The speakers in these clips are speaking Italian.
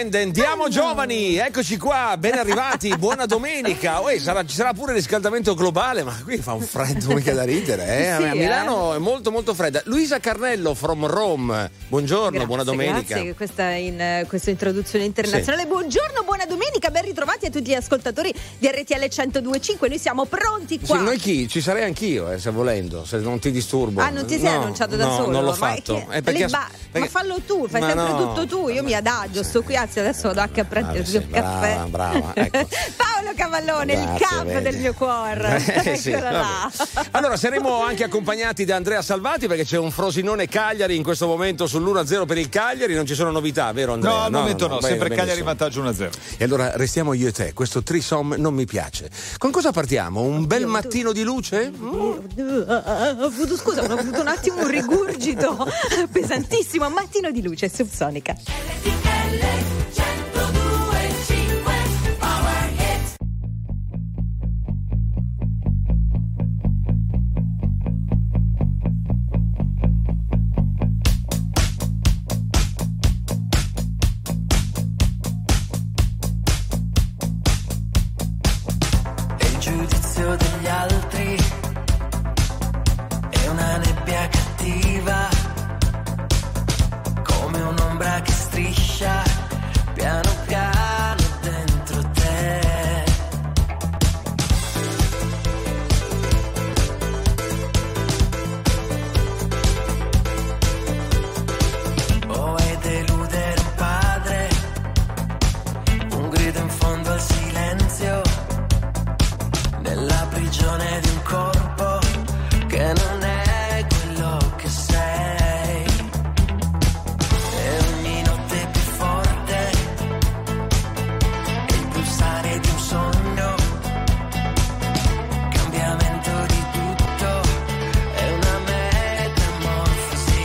Band, andiamo giovani, eccoci qua, ben arrivati, buona domenica. Ci sarà pure riscaldamento globale, ma qui fa un freddo mica da ridere, eh? Sì, a Milano è molto molto fredda. Luisa Carnello from Rome, buongiorno, grazie, buona domenica. Grazie, questa introduzione internazionale. Sì. Buongiorno, buona domenica, ben ritrovati a tutti gli ascoltatori di RTL 102.5. Noi siamo pronti qua. Sì, noi chi? Ci sarei anch'io, se volendo, se non ti disturbo. Ah, non ti sei annunciato da solo? Non l'ho fatto. Ma fallo tu, fai sempre tutto tu, io mi adagio, sto qui, anzi adesso vado anche a prendere il caffè. Brava, ecco. Paolo Cavallone, grazie, il capo del mio cuore. Sì, allora saremo anche accompagnati da Andrea Salvati, perché c'è un Frosinone Cagliari in questo momento sull'1-0 per il Cagliari. Non ci sono novità, vero Andrea? No, al momento no, sempre Cagliari in vantaggio 1-0. E allora restiamo io e te, questo trisom non mi piace. Con cosa partiamo? Un bel mattino di luce? Scusa, ho avuto un attimo un rigurgito pesantissimo. Mattino di luce, Subsonica. Il giudizio degli altri è una nebbia cattiva, come un'ombra che striscia piano piano dentro te. O è deludere un padre, un grido in fondo al silenzio, nella prigione di un corpo che non è quello che sei. E ogni notte più forte è il pulsare di un sogno, cambiamento di tutto, è una metamorfosi.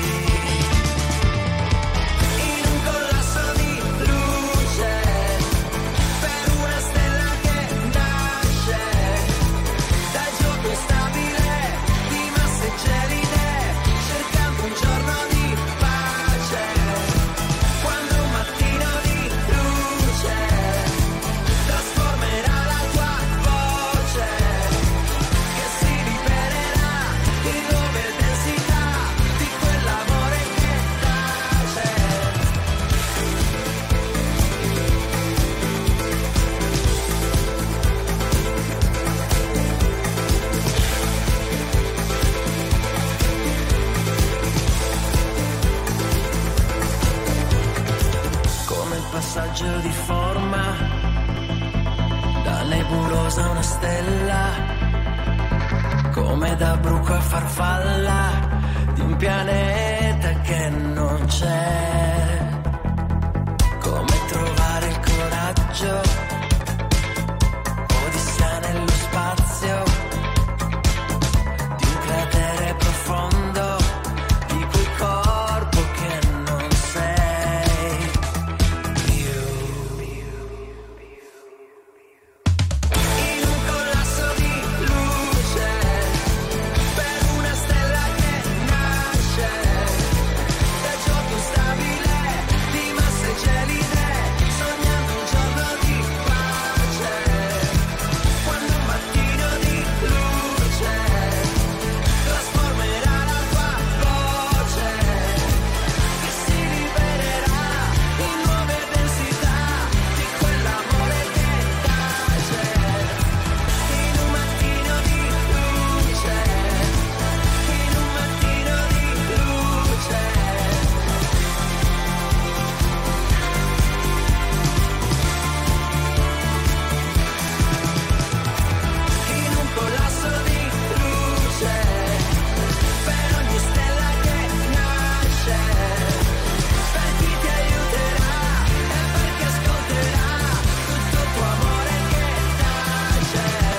In un collasso di luce, per una stella che nasce dal gioco instabile di masse gelide, cercando un giorno di pace, quando un mattino di luce trasformerà la tua voce, che si libererà in nuove densità di quell'amore che tace. Come il passaggio di forma da nebulosa a una stella, come da bruco a farfalla di un pianeta che non c'è, come trovare il coraggio, odissea nello spazio di un cratere profondo, di quel corpo che non sei più. In un collasso di luce, per una stella che nasce dal gioco instabile di masse gelide, sognando un giorno di pace, quando un mattino di luce trasformerà la tua voce, che si libererà in nuove densità di quell'amore che tace. In un mattino di luce, in un mattino di luce. In un collasso di luce, per ogni stella che nasce, per chi ti aiuterà e perché ascolterà tutto il tuo amore che tace.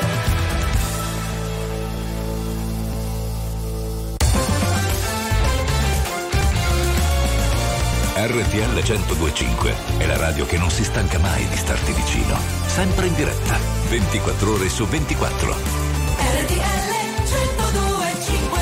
RTL 102.5 è la radio che non si stanca mai di starti vicino, sempre in diretta, 24 ore su 24. RTL 102.5.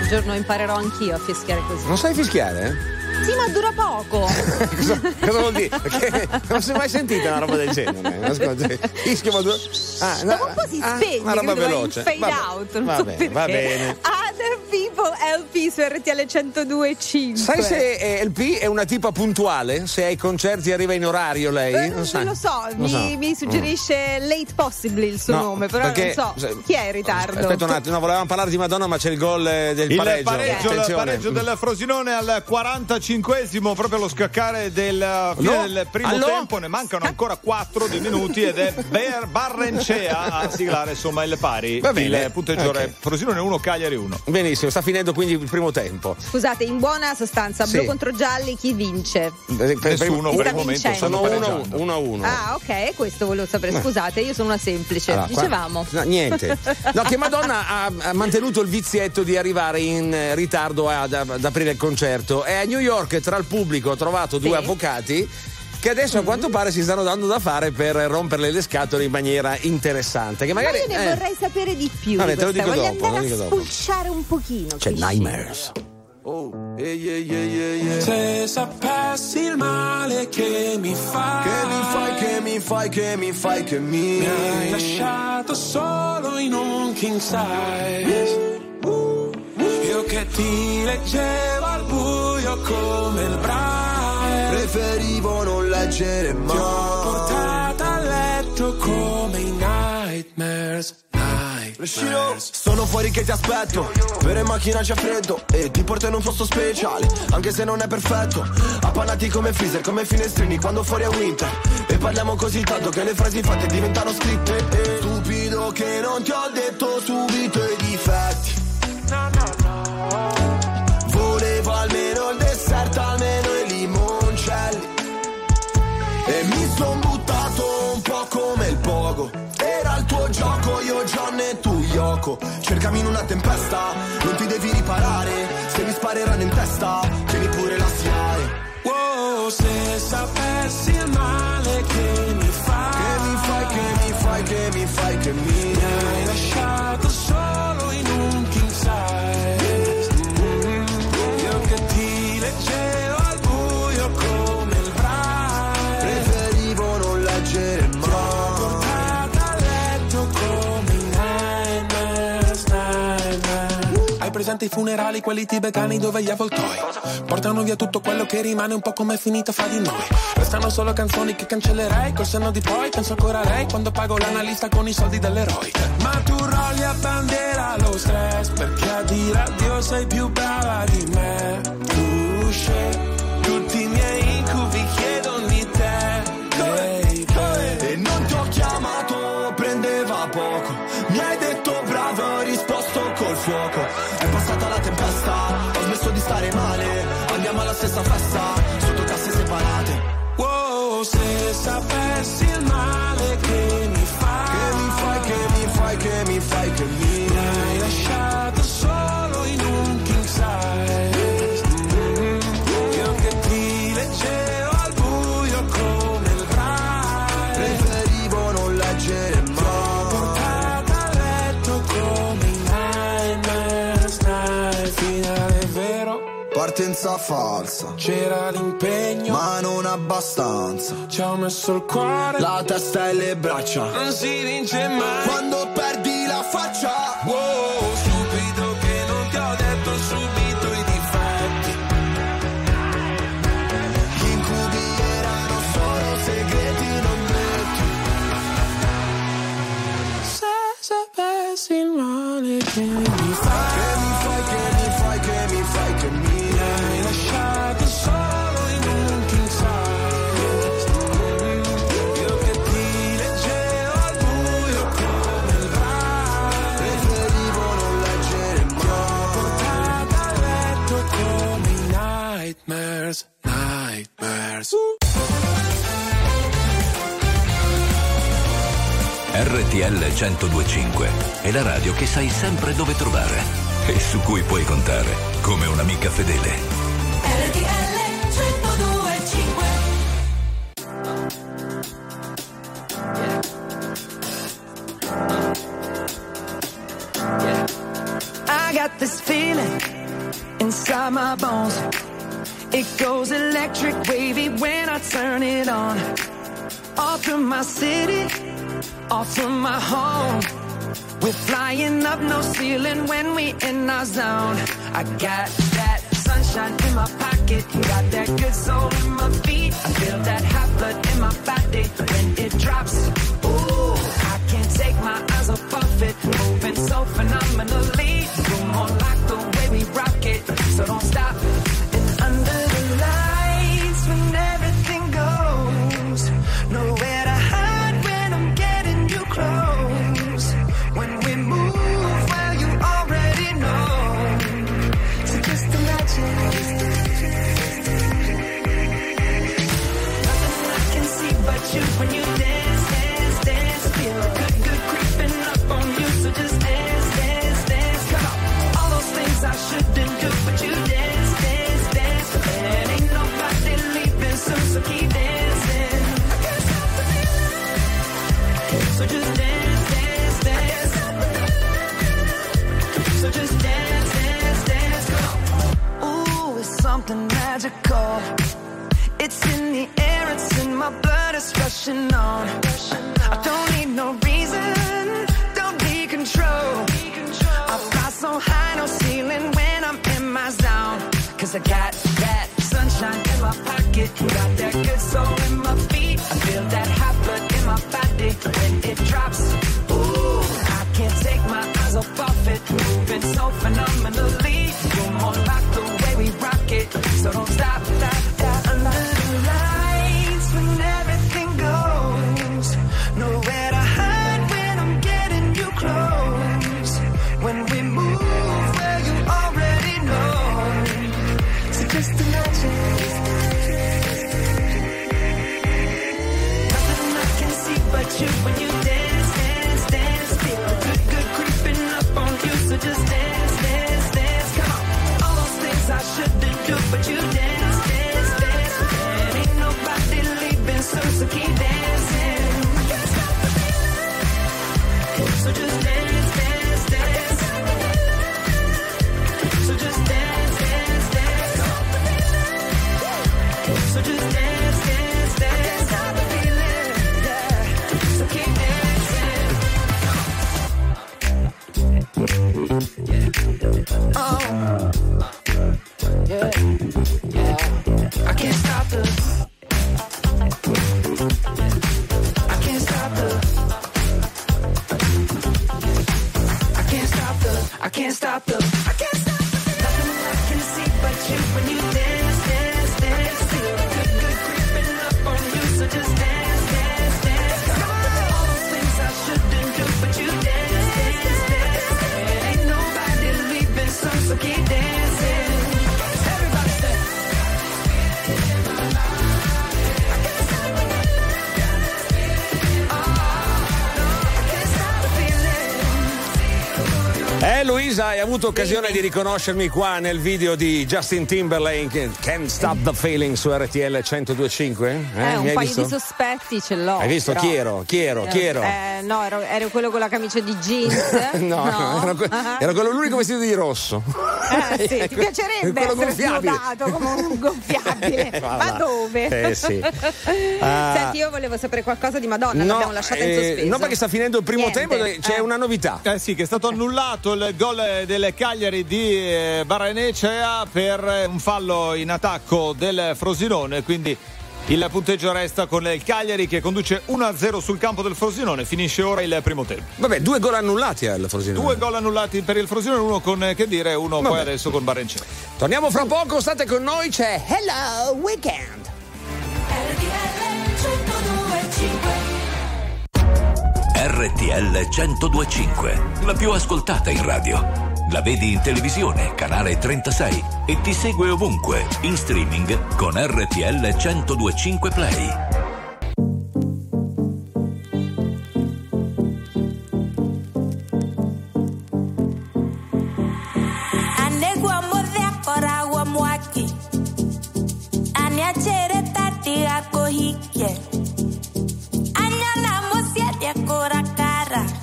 giorno imparerò anch'io a fischiare così. Non sai fischiare? Sì, ma dura poco. Cosa vuol dire? Perché non si è mai sentita una roba del genere. Ascolta, fischio ma dura. Dopo un po' si spegne, una roba credo, veloce. Fade out. Non Va so bene, perché. va bene. Other People LP su RTL 102.5. Sai se LP è una tipa puntuale? Se ai concerti arriva in orario lei? Non lo so, mi suggerisce Late Possibly il suo No, nome, però perché, non so chi è in ritardo. Aspetta un attimo, no, volevamo parlare di Madonna, ma c'è il gol del pareggio. Il pareggio del Frosinone al 45esimo, proprio allo scaccare del fine del primo tempo. Ne mancano ancora 4 di minuti ed è Barrencea a siglare insomma il pari. Va bene. Il punteggio è Frosinone 1, Cagliari 1. Benissimo, sta finendo quindi il primo tempo. Scusate, in buona sostanza, Sì. blu contro gialli, chi vince? Nessuno per il momento, stanno pareggiando. 1-1. Ah, ok, questo volevo sapere. Scusate, io sono una semplice. Allora, Dicevamo. No, niente. No, che Madonna ha mantenuto il vizietto di arrivare in ritardo ad aprire il concerto. E a New York, tra il pubblico, ho trovato due avvocati che adesso a quanto pare si stanno dando da fare per romperle le scatole in maniera interessante. Che magari, ma io ne vorrei sapere di più. Vabbè, te lo dico Voglio dopo, andare lo dico a dopo. spulciare un pochino. C'è Nightmares. Se sapessi il male che mi fai, mi hai lasciato solo in un king size. Io che ti leggevo al buio come il Braille, preferivo non leggere mai. ti ho portata a letto come i Nightmares. Sono fuori che ti aspetto, per in macchina c'è freddo e ti porto in un posto speciale, anche se non è perfetto. Appannati come freezer, come finestrini quando fuori è winter. E parliamo così tanto che le frasi fatte diventano scritte. Stupido che non ti ho detto subito i difetti. Volevo almeno il dessert, almeno i limoncelli. E mi son buttato un po' come il pogo. Era il tuo gioco, io John e tu Yoko. Cercami in una tempesta, non ti devi riparare. Se mi spareranno in testa, tieni pure la SIAE. Wow, se sapessi il male che mi fai, che mi hai lasciato solo in un king size. Io che ti leggevo al buio come il Braille, preferivo non leggere mai. Hai presente i funerali, quelli tibetani dove gli avvoltoi portano via tutto quello che rimane, un po' come è finita fra di noi. Restano solo canzoni che cancellerei, col senno di poi penso ancora a lei quando pago l'analista con i soldi dell'eroe. Ma tu rolli a bandiera lo stress, perché a dire addio sei più brava di me. Tu scegli tutti i miei incubi, chiedono di te, baby. E non ti ho chiamato, prendeva poco. Mi hai detto bravo, ho risposto col fuoco. È passata la tempesta, ho smesso di stare male. Andiamo alla stessa festa, sotto casse separate. Wow, se sapessi il male che mi fai, che mi hai lasciato solo in un king size. Io che ti leggevo al buio come il Braille, preferivo non leggere mai. portata a letto come i Nightmares. Finale vero, Partenza falsa, c'era l'impegno, ma non abbastanza. ci ho messo il cuore, La testa e le braccia, non si vince mai. quando perdi la faccia. Wow, stupido che non ti ho detto subito i difetti. Gli incubi erano solo segreti, non metti. Se sapessi il male che mi fai, Che mi hai lasciato solo in un king size. Io che ti leggevo al buio come il Braille, preferivo non leggere mai. portata a letto come i Nightmares. RTL 102.5 è la radio che sai sempre dove trovare e su cui puoi contare come un'amica fedele. RTL 102.5. I got this feeling inside my bones. It goes electric wavy when I turn it on. Off from my city, off from my home. We're flying up, no ceiling when we in our zone. I got that sunshine in my pocket, got that good soul in my feet. I feel that hot blood in my body when it drops. Ooh, I can't take my eyes off of it, moving so phenomenally. You're more like the way we rock it, so don't stop. And under the lights when everything goes, nowhere to hide when I'm getting you close. When we move, well, you already know. So just imagine. Nothing I can see but you when you dance, dance, dance. Feel good, good creeping up on you. So just dance, dance, dance. Come on. All those things I shouldn't do, but you dance, dance, dance. And ain't nobody leaving soon, so keep dancing. I can't stop the feeling. So just dance, dance, dance. So just dance, dance, dance. Come on. Ooh, it's something magical. It's in the air, it's in my blood, it's rushing on. I don't need no reason, don't be control. I fly so high, no ceiling when I'm in my zone. Cause I got that sunshine in my pocket, got that good soul in my feet. I feel that hot blood in my body when it drops. Ooh, I can't take my eyes off of it, moving so phenomenally. You're more like the way we rock it, so don't stop, stop, stop. Under the lights when everything goes, nowhere to hide when I'm getting you close. When we move, well, you already know. So just imagine. Nothing I can see but you when you dance, dance, dance. Feel good, good creeping up on you. So just dance, dance, dance. Come on. All those things I shouldn't do, but you dance, dance, dance. And ain't nobody leaving soon, so keep dancing. I can't stop the feeling. So just dance, dance, dance. So just dance, dance, dance. So just dance, dance, dance. I can't stop the feeling. Yeah. So keep dancing. Oh. Yeah. Yeah. I can't stop the. I can't stop the. I can't stop the. I can't stop the. I can't stop the. Nothing I can see but you when you dance, dance, dance. Feel good, good creeping up on you. So just dance, dance, dance. All those things I shouldn't do, but you dance, dance, dance. And ain't nobody leaving soon, so keep dancing. Everybody say. I can't stop the Luisa, hai avuto occasione di riconoscermi qua nel video di Justin Timberlake, Can't Stop the Feeling su RTL 102.5? Un hai paio visto? di sospetti ce l'ho. Hai visto? Però. Chi ero? No, ero quello con la camicia di jeans. No. Ero quello l'unico vestito di rosso. Sì, ti piacerebbe quello essere snodato come un gonfiabile. Ma dove? Sì. Senti, io volevo sapere qualcosa di Madonna, l'abbiamo lasciata in sospeso. No, perché sta finendo il primo tempo, c'è una novità. Sì, che è stato annullato il gol del Cagliari di Barrenecea per un fallo in attacco del Frosinone, quindi il punteggio resta con il Cagliari che conduce 1-0 sul campo del Frosinone. Finisce ora il primo tempo. Vabbè, 2 gol annullati al Frosinone. 2 gol annullati per il Frosinone, uno con uno poi adesso con Barrenecea. Torniamo fra poco, state con noi, c'è Hello Weekend. RTL 102.5, la più ascoltata in radio. La vedi in televisione, canale 36 e ti segue ovunque, in streaming con RTL 102.5 Play.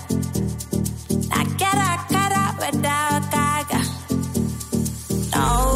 No.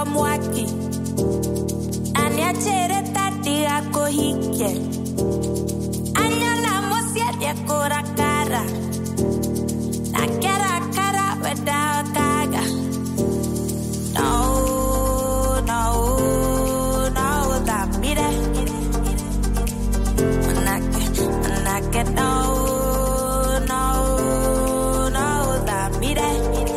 mwaki aniachere tati ako hike anyala mosia kora cara nakera cara without kaga no that mire manake no that mire.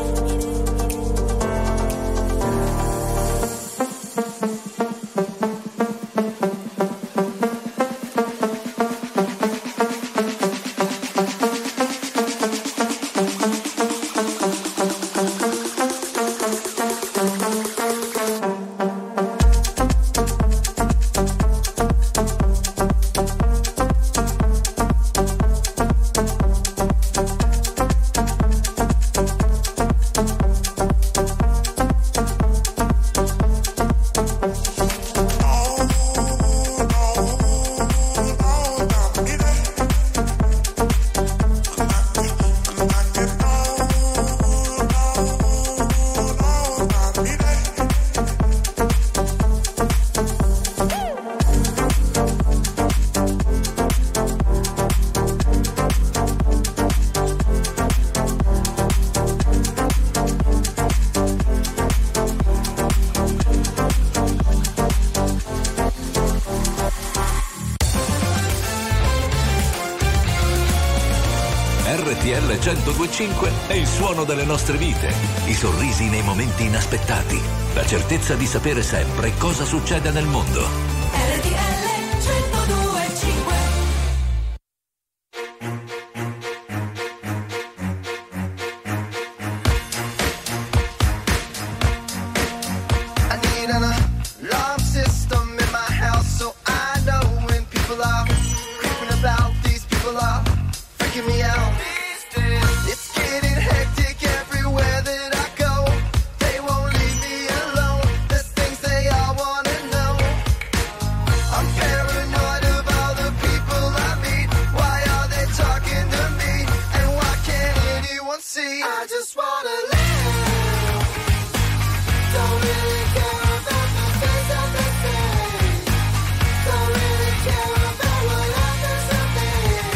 RTL 102.5 è il suono delle nostre vite, i sorrisi nei momenti inaspettati, la certezza di sapere sempre cosa succede nel mondo. RTL 102.5. I need an alarm system in my house so I know when people are creeping about. These people are freaking me out. It's getting hectic everywhere that I go. They won't leave me alone. There's things they all wanna know. I'm paranoid of all the people I meet. Why are they talking to me? And why can't anyone see? I just wanna live. Don't really care about the things that they say. Don't really care about what happens to me.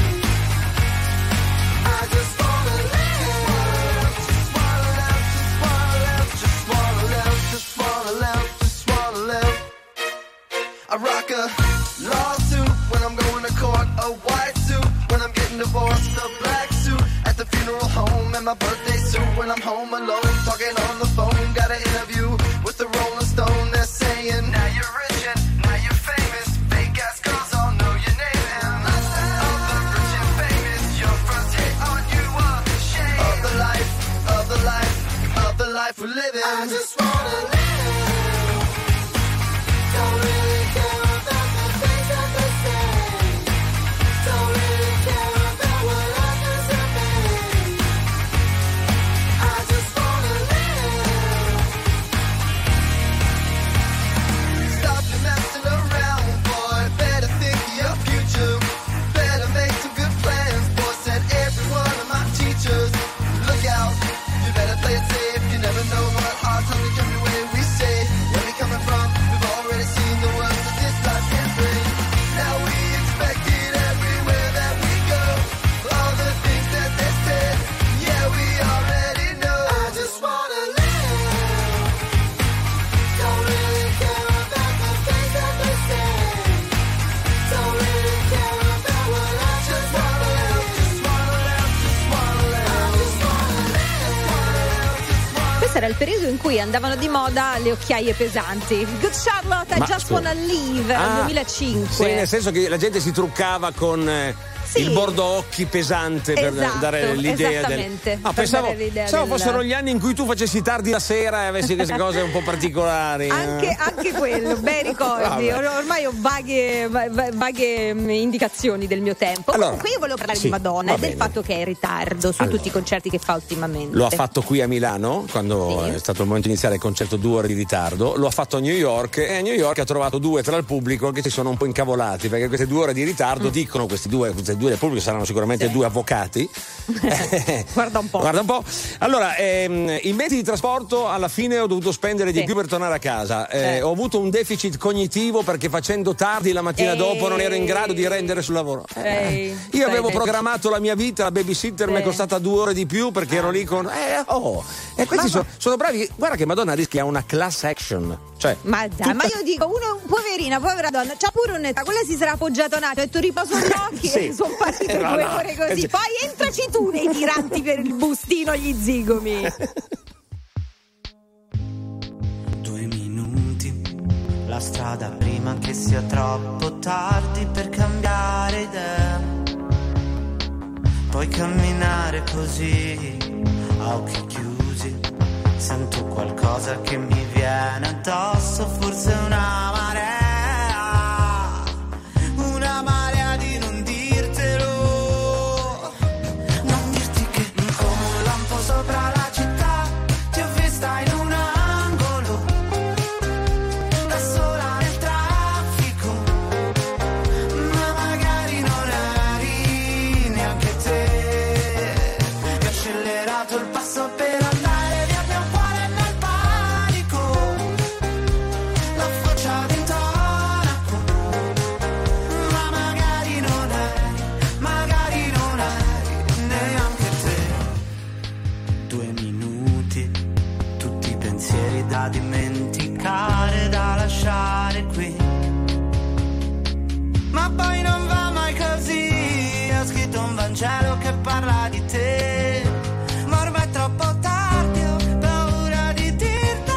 I just wanna live. Just wanna live, just wanna live, just wanna live, just wanna live. I rock a lawsuit when I'm going to court, a white suit when I'm getting divorced, a black suit at the funeral home, and my birthday suit when I'm home alone, talking on the phone. Got an interview with the Rolling Stone. They're saying, now you're rich and now you're famous. Fake ass girls all know your name. And of the rich and famous, your first hit on you are shame. Of the life, of the life, of the life we're living. I just wanna live. Don't really care about the things that they say. Don't really care about what happens to me. I just wanna live. Stop your messing around, boy. Better think of your future. Better make some good plans, boy. Said every one of my teachers. Look out, you better play it safe. You never know what hard times will come your way. We say, where we coming from? We've already seen the worst that this life can bring. Now we expect it everywhere that we go. All the things that they said, yeah, we already know. I just wanna live. Don't really care about the things that they say. Don't really care about what I just wanna live. Just wanna live, just wanna live. I just wanna live, just wanna. Questo era il periodo in cui andavano di moda le occhiaie pesanti. Good Charlotte, I Ma Just scusa. Wanna Live, Ah, al 2005. Sì, nel senso che la gente si truccava con Sì. il bordo occhi pesante per Esatto, dare l'idea esattamente, Ah, per pensavo, dare l'idea pensavo del- fossero gli anni in cui tu facessi tardi la sera e avessi queste cose un po' particolari. Anche quello, bei ricordi. Vabbè. Ormai ho vaghe indicazioni del mio tempo. Allora, Comunque io volevo parlare sì, di Madonna va e del bene. fatto che è in ritardo su Allora. tutti i concerti che fa ultimamente. Lo ha fatto qui a Milano quando Sì. è stato il momento di iniziare il concerto 2 ore di ritardo, lo ha fatto a New York e a New York ha trovato due tra il pubblico che si sono un po' incavolati perché queste 2 ore di ritardo dicono queste due due del pubblico saranno sicuramente due avvocati. Guarda un po'. Guarda un po'. Allora, i mezzi di trasporto alla fine ho dovuto spendere di più per tornare a casa. Ho avuto un deficit cognitivo perché facendo tardi la mattina dopo non ero in grado di rendere sul lavoro. Io avevo programmato la mia vita, la babysitter mi è costata 2 ore di più perché ero lì con. E questi sono bravi. Guarda che Madonna rischia una class action. Cioè, ma io dico, poverina, povera donna, c'ha pure un'età, quella si sarà appoggiata un attimo e tu riposo gli occhi e sono partite 2 ore così. Poi entraci tu nei tiranti per il bustino, gli zigomi. 2 minuti, la strada prima che sia troppo tardi per cambiare idea. Puoi camminare così, a occhi chiusi. Sento qualcosa che mi viene addosso, forse una marea di non dirtelo. Non dirti che come un lampo sopra la città ti ho vista in un angolo, da sola nel traffico, ma magari non eri neanche te. Che ho accelerato il passo per andare via, mio cuore nel panico, la faccia d'intonaco, ma magari non eri neanche te. 2 minuti, tutti i pensieri da dimenticare, da lasciare qui, ma poi non va mai così. Ho scritto un Vangelo che parla di te, ma ormai è troppo tardi, ho paura di dirlo.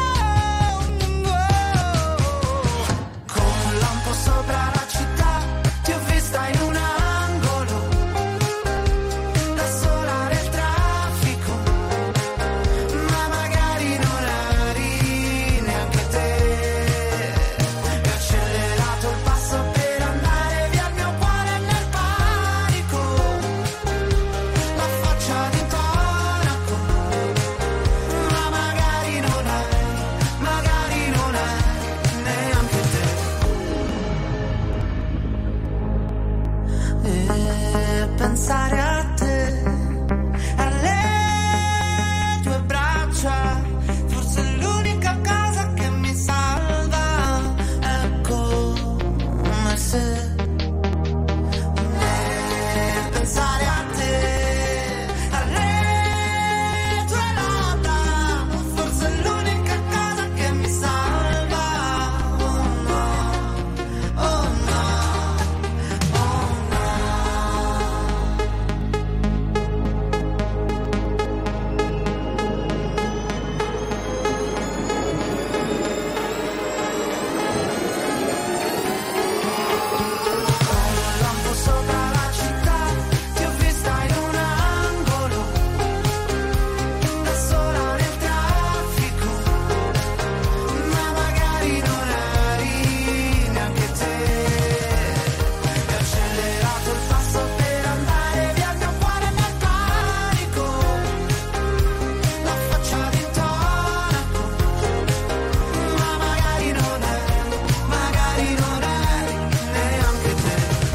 Come un lampo sopra la città ti ho vista in un angolo, da sola nel traffico, ma magari non eri neanche te. E ho accelerato il passo per andare via, il mio cuore nel panico, la faccia d'intonaco, ma magari non eri neanche te. E pensare a te, alle tue braccia, forse è l'unica cosa che mi salva. È come se pensare a te, alle tue labbra, forse è l'unica cosa che mi salva. Oh no, oh no, oh no. Lampo sopra la città, ti ho vista in un angolo, da sola nel traffico, ma magari non eri neanche te. E ho accelerato il passo per andare via, il mio cuore nel panico, la faccia d'intonaco, ma magari non eri neanche te.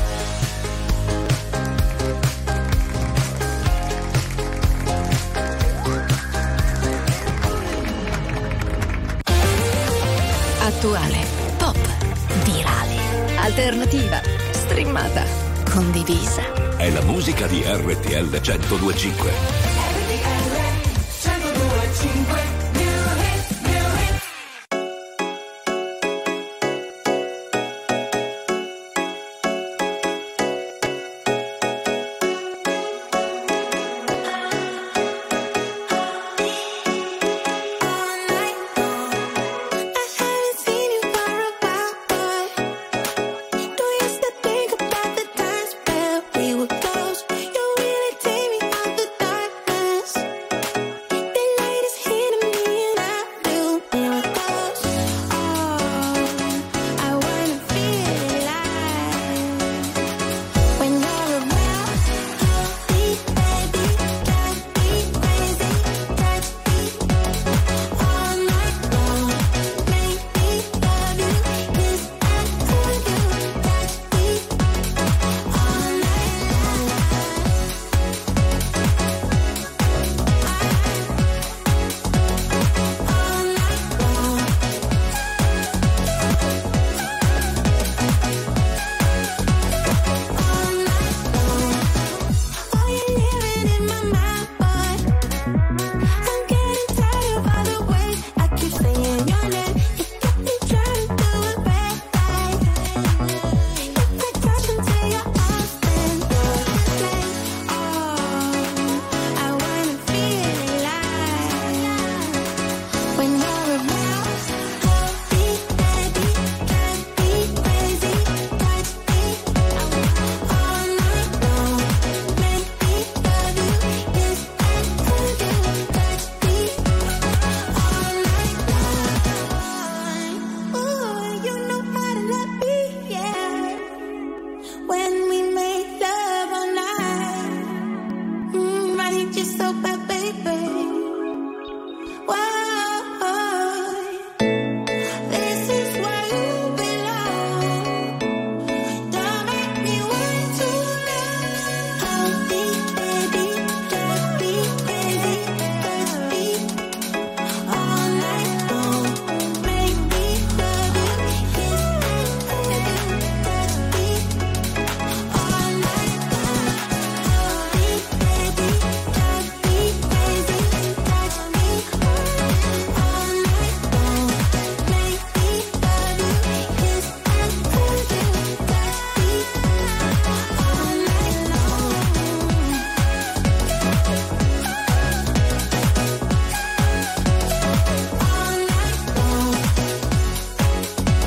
Attuale, pop, virale, alternativa, streamata, condivisa. È la musica di RTL 102.5. You really take me out the darkness.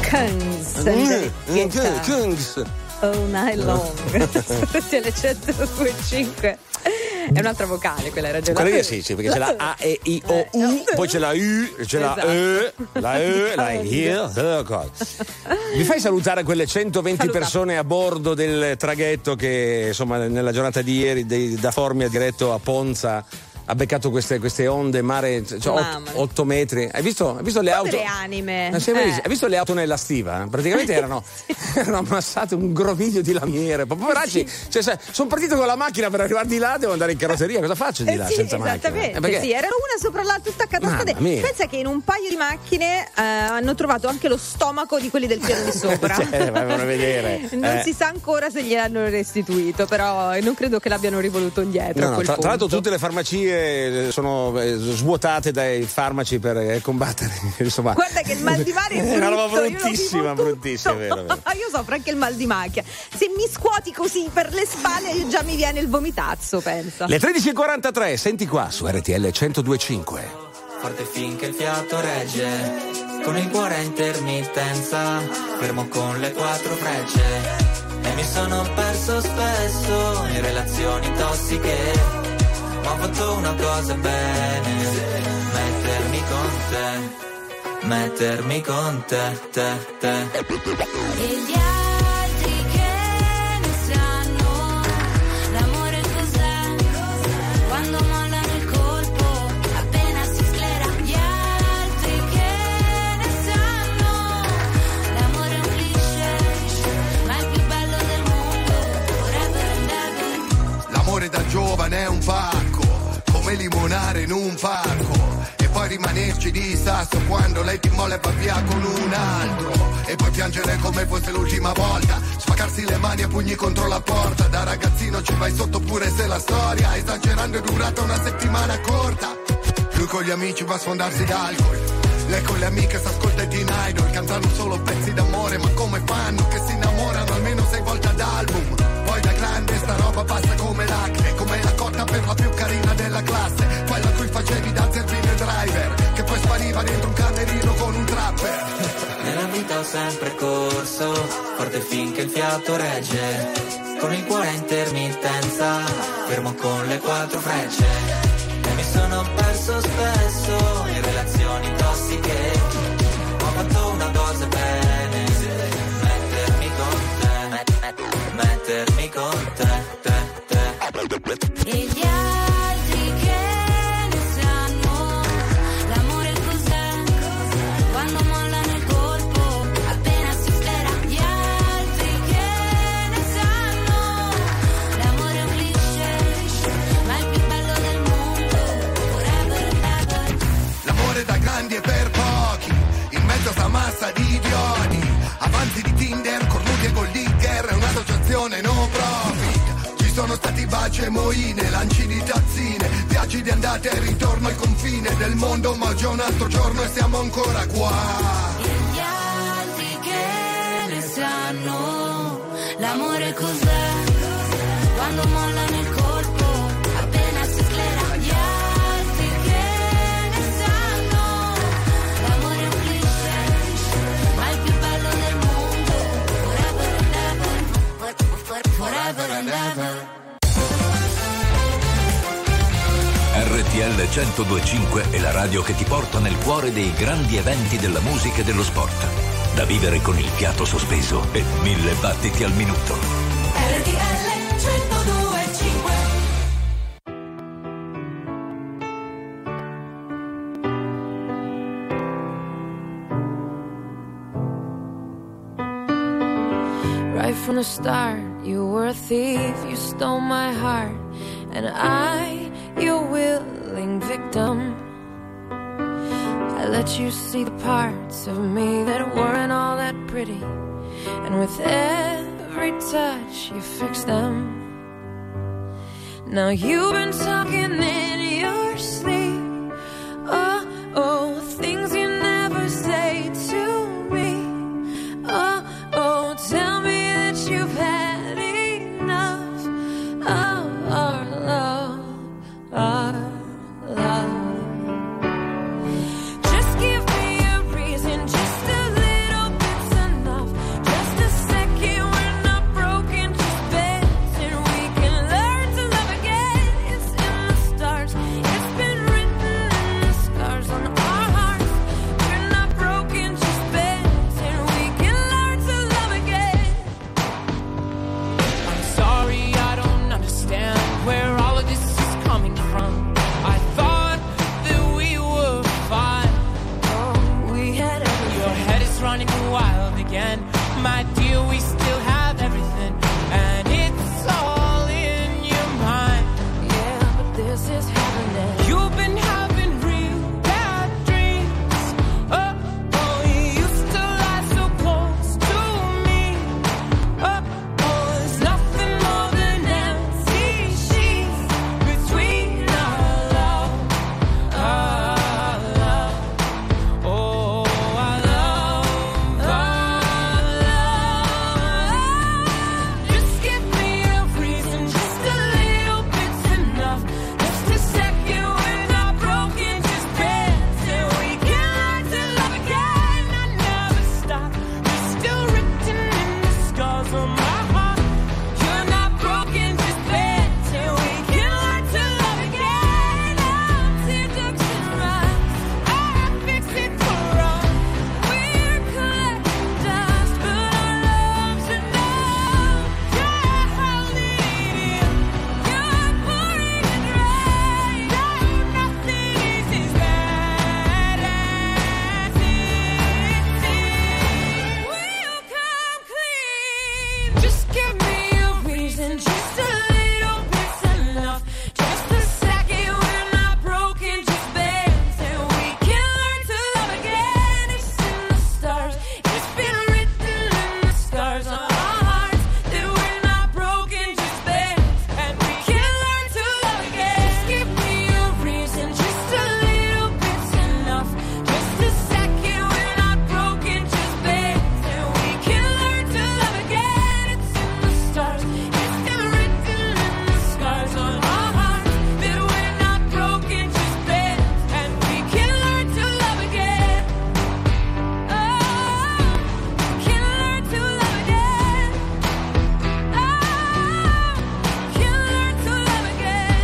Kungs. All night long. RTL 102.5. È un'altra vocale, quella era già. Quella sì, perché c'è la A, E, I, O, U, poi c'è la U, c'è la E, la I. Mi fai salutare quelle 120 persone a bordo del traghetto che, insomma, nella giornata di ieri da Formia diretto a Ponza ha beccato queste onde mare, cioè 8 metri. Hai visto le auto? Povere anime. Hai visto le auto nella stiva? Praticamente erano ammassate un groviglio di lamiere. Poveracci, cioè, sono partito con la macchina per arrivare di là, devo andare in carrozzeria. Cosa faccio di là senza macchina? Esattamente, sì, erano una sopra l'altra, tutta accatastata. Pensa che in un paio di macchine hanno trovato anche lo stomaco di quelli del piano di sopra. Vanno a vedere. Non si sa ancora se gliel'hanno restituito, però non credo che l'abbiano rivoluto indietro. Tra l'altro tutte le farmacie sono svuotate dai farmaci per combattere, insomma. Guarda che il mal di mare è una roba bruttissima, vero. Io soffro anche il mal di macchia. Se mi scuoti così per le spalle già mi viene il vomitazzo, pensa. Le 13.43, senti qua su RTL 102.5. Forte finché il fiato regge, con il cuore a intermittenza, fermo con le 4 frecce. E mi sono perso spesso in relazioni tossiche. Ma ho fatto una cosa bene, mettermi con te. E gli altri che ne sanno, l'amore cos'è, quando mollano il colpo, appena si sclera. Gli altri che ne sanno, l'amore è un cliché, ma è il più bello del mondo, forever and ever. L'amore da giovane è un pacco, come limonare in un parco, e poi rimanerci di sasso quando lei ti molla e va via con un altro, e poi piangere come fosse l'ultima volta, spaccarsi le mani a pugni contro la porta. Da ragazzino ci vai sotto pure se la storia, esagerando, è durata una settimana corta. Lui con gli amici va a sfondarsi d'alcol, lei con le amiche s'ascolta i Teen Idol, cantano solo pezzi d'amore, ma come fanno che si innamorano almeno 6 volte ad album. Poi da grande sta roba passa come l'acne, come la cotta per la più carina della classe, quella a cui facevi da zerbino e driver, che poi spariva dentro un camerino con un trapper. Nella vita ho sempre corso, forte finché il fiato regge, con il cuore a intermittenza, fermo con le 4 frecce. E mi sono perso spesso in relazioni tossiche, ma ho fatto una cosa bene, mettermi con te. E gli altri che ne sanno, l'amore cos'è, quando mollano il colpo, appena si sclera. Gli altri che ne sanno, l'amore è un cliché, ma è il più bello del mondo, forever and ever. L'amore da grandi e per pochi, in mezzo a sta massa di idioti, avanzi di Tinder, cornuti e gold digger, è un'associazione no profit. Ci sono stati baci e moine, lanci di tazzine, viaggi di andata e ritorno al confine del mondo, ma oggi è un altro giorno e siamo ancora qua. E gli altri che ne sanno, l'amore cos'è, quando mollano il colpo, appena si sclera. Gli altri che ne sanno, l'amore è un cliché, ma è il più bello del mondo, forever and ever, forever and ever. RTL 102.5 è la radio che ti porta nel cuore dei grandi eventi della musica e dello sport. Da vivere con il fiato sospeso e 1000 battiti al minuto. RTL 102.5. Right from the start, you were a thief, you stole my heart, and I, your willing victim. I let you see the parts of me that weren't all that pretty, and with every touch you fixed them. Now you've been talking in your sleep, oh, oh, things you never say to me, oh, oh, tell me that you've had enough of our love, our love. Just give me a reason, just a little bit's wild again. My dear, we still have everything, and it's all in your mind. Yeah, but this is happening. You've been having real bad dreams. Oh, oh, you used to lie so close to me. Oh, oh, there's nothing more than empty sheets between our love. Our love. Oh, our love. Our love. Just give me a reason, just a little bit's enough. Just a second when I'm broken, just dance and we can learn to love again. I never stop. You're still written in the scars on my heart. You're not broken, just dance and we can learn to love again. I'm seduction right. I fix it for wrong. We're collecting dust, but our love's enough. Yeah, I'll lead you. You're pouring it right. No, nothing is as bad as it seems. Will you come clean? Just give me a reason, just a little bit's enough. Just a second when I'm broken, just dance and we can learn to love again. It's in the stars, it's been written in the scars on our hearts that we're not broken, just dance and we can learn to love again. Just give me a reason, just a little bit's enough. Just a second when I'm broken, just dance and we can learn to love again. It's in the stars, it's been written in the scars on our hearts that we're not broken, just dance and we can learn to love again. Oh, we can learn to love again. Oh, we can learn to love again.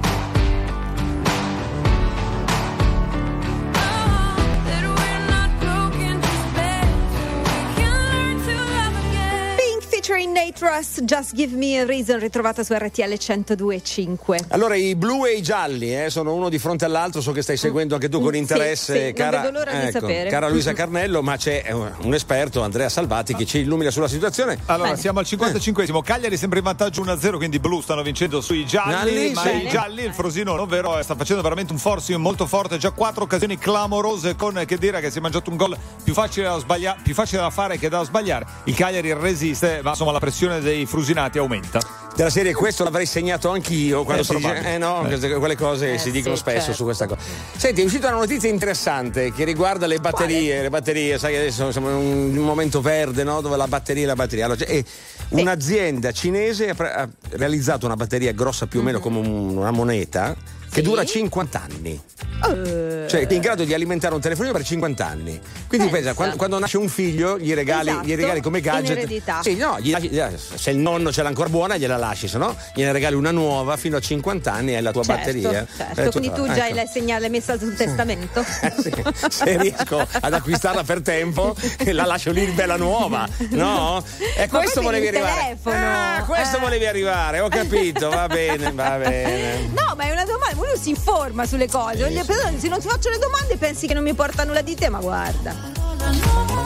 That we're not broken, just dance and we can learn to love again. Pink featuring Nate Russ, Just Give Me a Reason, ritrovata su RTL 102.5. Allora, i blu e i gialli sono uno di fronte all'altro, so che stai seguendo anche tu con interesse, sì, cara, non vedo l'ora di sapere. cara Luisa Carnello, ma c'è un esperto, Andrea Salvati, che ci illumina sulla situazione. Allora, siamo al 55esimo. Cagliari sempre in vantaggio 1-0, quindi i blu stanno vincendo sui gialli, ma i gialli, il Frosinone, ovvero sta facendo veramente un forcing molto forte, già 4 occasioni clamorose, con che dire che si è mangiato un gol più facile da sbagliare, più facile da fare che da sbagliare. Il Cagliari resiste, ma insomma la pressione dei frusinati aumenta. Della serie, questo l'avrei segnato anch'io quando si dice, quelle cose si dicono spesso, certo, su questa cosa. Senti, è uscita una notizia interessante che riguarda le batterie. Quale? Le batterie, sai che adesso siamo in un momento verde, no? Dove la batteria. Allora, un'azienda cinese ha realizzato una batteria grossa più o meno come una moneta, che dura 50 anni. Cioè, è in grado di alimentare un telefonino per 50 anni. Quindi pensa, quando nasce un figlio gli regali come gadget. In eredità. Sì, no, se il nonno ce l'ha ancora buona gliela lasci, se no gliene regali una nuova fino a 50 anni e è la tua batteria. Certo, quindi tu già hai la segnale messa sul testamento. Sì, se riesco ad acquistarla per tempo la lascio lì bella nuova, no? E questo volevi arrivare. Questo volevi arrivare, ho capito, va bene. No, ma è una domanda, uno si informa sulle cose. Se non ti faccio le domande pensi che non mi porta nulla di te, ma guarda.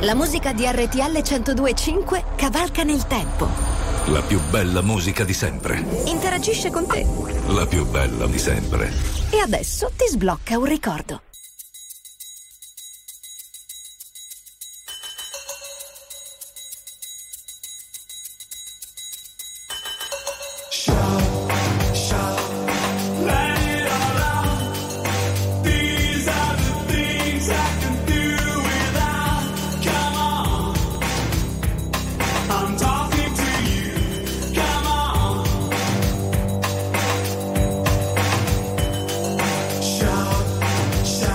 La musica di RTL 102.5 cavalca nel tempo. La più bella musica di sempre. Interagisce con te. La più bella di sempre. E adesso ti sblocca un ricordo. Shout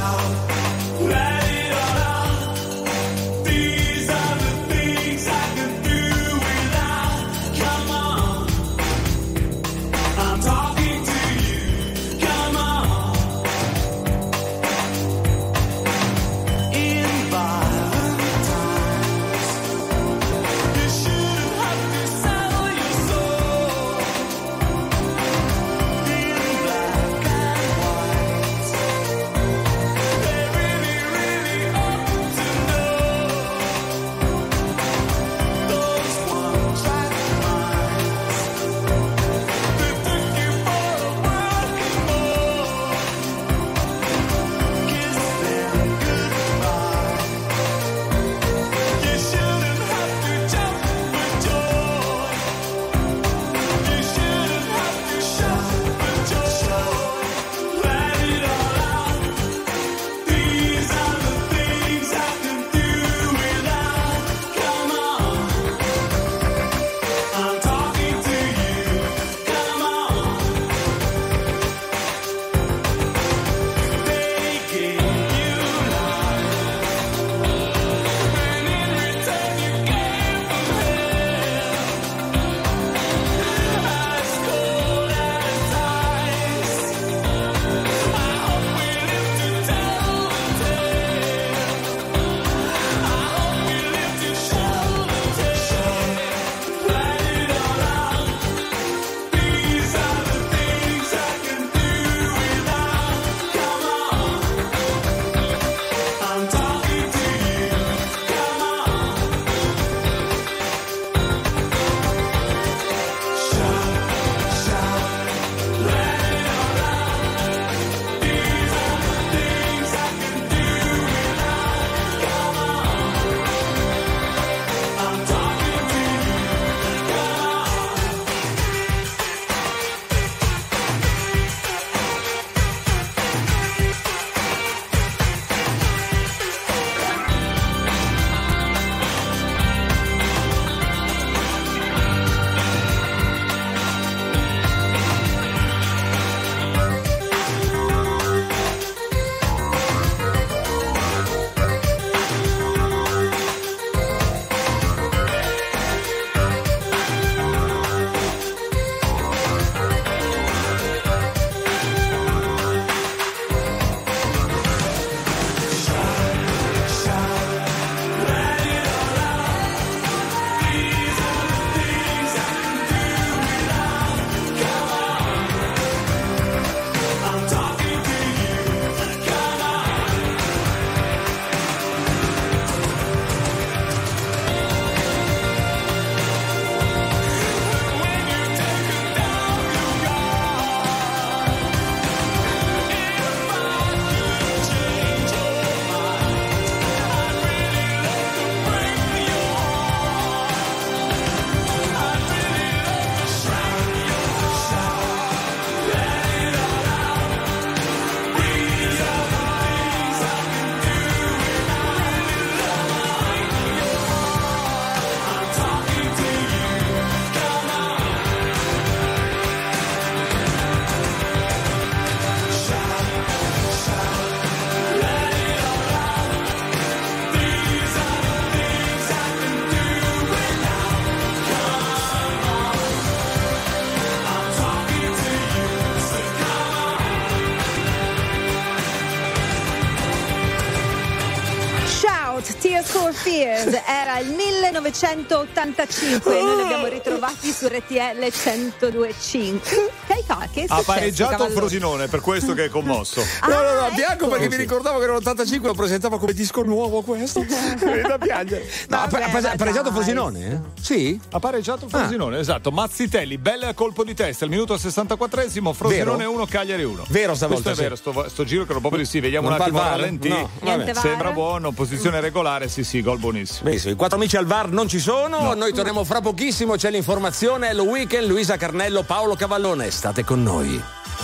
Spears, era il 1985, noi li abbiamo ritrovati su RTL 102.5. Che hai fatto? Che è ha successo, pareggiato Cavallone? Frosinone, per questo che è commosso. No, bianco perché mi ricordavo che nell'85 lo presentava come disco nuovo questo. Mi da piangere. No, ha pareggiato Frosinone? Sì? Ha pareggiato Frosinone, esatto. Mazzitelli, bel colpo di testa, il minuto 64esimo, Frosinone 1, Cagliari 1. Vero stavolta? Questo è vero, sto giro credo proprio di sì, vediamo Non un attimo va a al VAR? ralenti. No, Sembra buono, posizione regolare, sì, gol buonissimo. Benissimo, i 4 amici al VAR non ci sono, noi torniamo fra pochissimo, c'è l'informazione, lo weekend, Luisa Carnello, Paolo Cavallone, state con noi.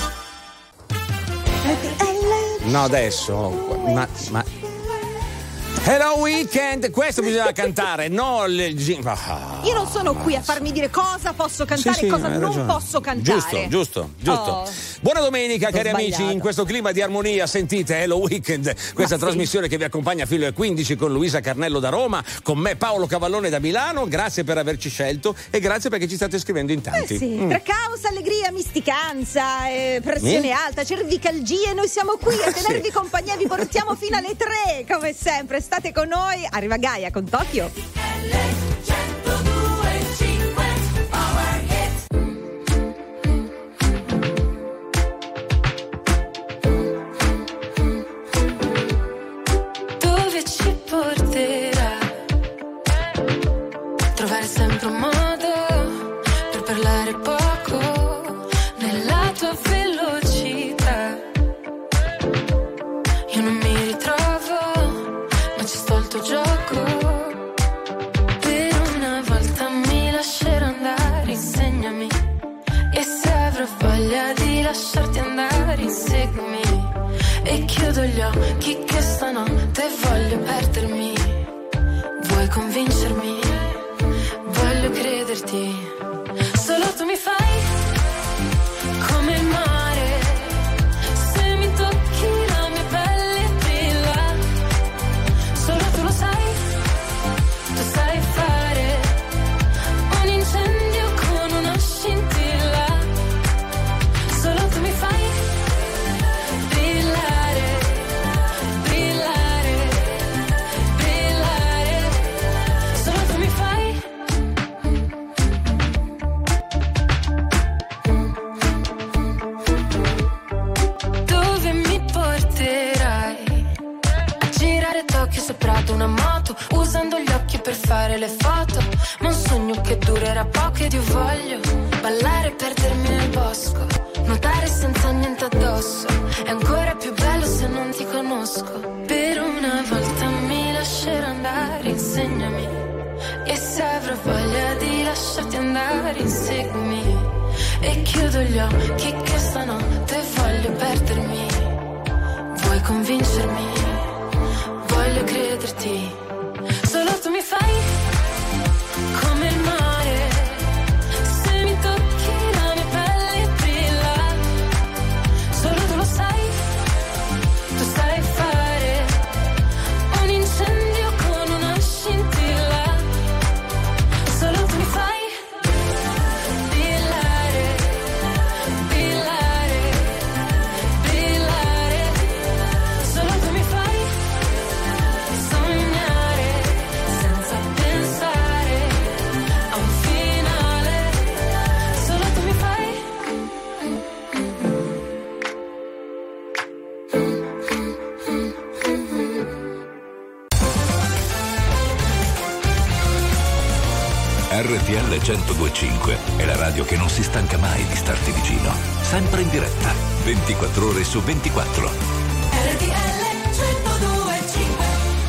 No, adesso, ma... Hello Weekend, questo bisogna cantare, no Io non sono qui a farmi dire cosa posso cantare e cosa non posso cantare. Giusto. Oh. Buona domenica, cari sbagliato. amici, in questo clima di armonia sentite Hello Weekend, questa trasmissione che vi accompagna fino alle 15 con Luisa Carnello da Roma, con me Paolo Cavallone da Milano, grazie per averci scelto e grazie perché ci state scrivendo in tanti. Tra caos, allegria, misticanza, pressione alta, cervicalgie, noi siamo qui a tenervi compagnia, vi portiamo fino alle 3 come sempre. State con noi, arriva Gaia con Tokyo. Dove ci porterà? Trovare sempre un modo per parlare poco nella tua velocità. Io non mi ritrovo, ma ci sto il tuo gioco. Per una volta mi lascerò andare, insegnami. E se avrò voglia di lasciarti andare, inseguimi. E chiudo gli occhi che stanotte voglio perdermi. Vuoi convincermi? Voglio crederti. Solo tu mi fai come il mare. Se mi tocchi la mia pelle brilla. Solo tu lo sai. Tu sai fare un incendio con una scintilla. Solo tu mi fai brillare, brillare, brillare. Solo tu mi fai. Dove mi porterai? A girare Tokyo sopra ad una moto, usando gli occhi per fare le foto. Ma un sogno che durerà poco ed io voglio ballare e perdermi nel bosco, nuotare senza niente addosso. È ancora più bello se non ti conosco. Per una volta mi lascerò andare, insegnami. E se avrò voglia di lasciarti andare, inseguimi. E chiudo gli occhi che stanotte voglio perdermi. Vuoi convincermi? Voglio crederti. Solo tu mi fai come il mare. Se mi tocchi la mia pelle brilla. Solo tu lo sai. Tu sai fare un incendio con una scintilla. Solo tu mi fai brillare, brillare, brillare. Solo tu mi fai sognare senza pensare a un finale. Solo tu mi fai. RTL 102.5 è la radio che non si stanca mai di starti vicino. Sempre in diretta, 24 ore su 24. RTL 102.5.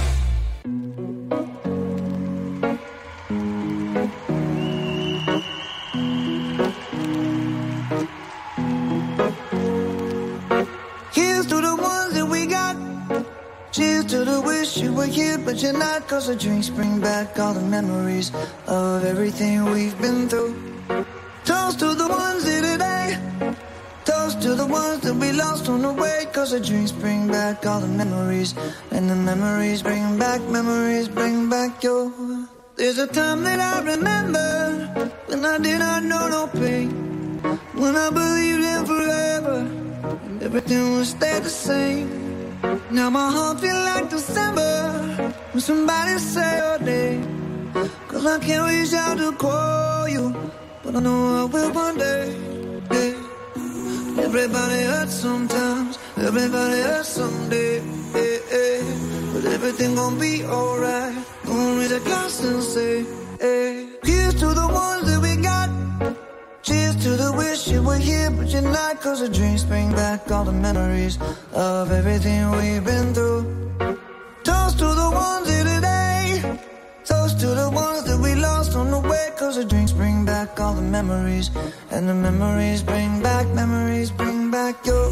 Here's to the ones that we got. Cheers to the wish you were here, but you're not. 'Cause the drinks bring back all the memories of everything we've been through. Toast to the ones here today. Toast to the ones that we lost on the way. 'Cause the drinks bring back all the memories. And the memories bring back your. There's a time that I remember when I did not know no pain. When I believed in forever everything would stay the same. Now my heart feels like December Will somebody say your name? 'Cause I can't reach out to call you, but I know I will one day. Yeah. Everybody hurts sometimes, everybody hurts someday. Yeah, yeah. But everything gon' be alright. Gonna raise a glass and say, hey. Here's to the ones that we got. Cheers to the wish you were here, but you're not. 'Cause the drinks bring back all the memories of everything we've been through. Toast to the ones here today. Toast to the ones that we lost on the way. 'Cause the drinks bring back all the memories. And the memories bring back your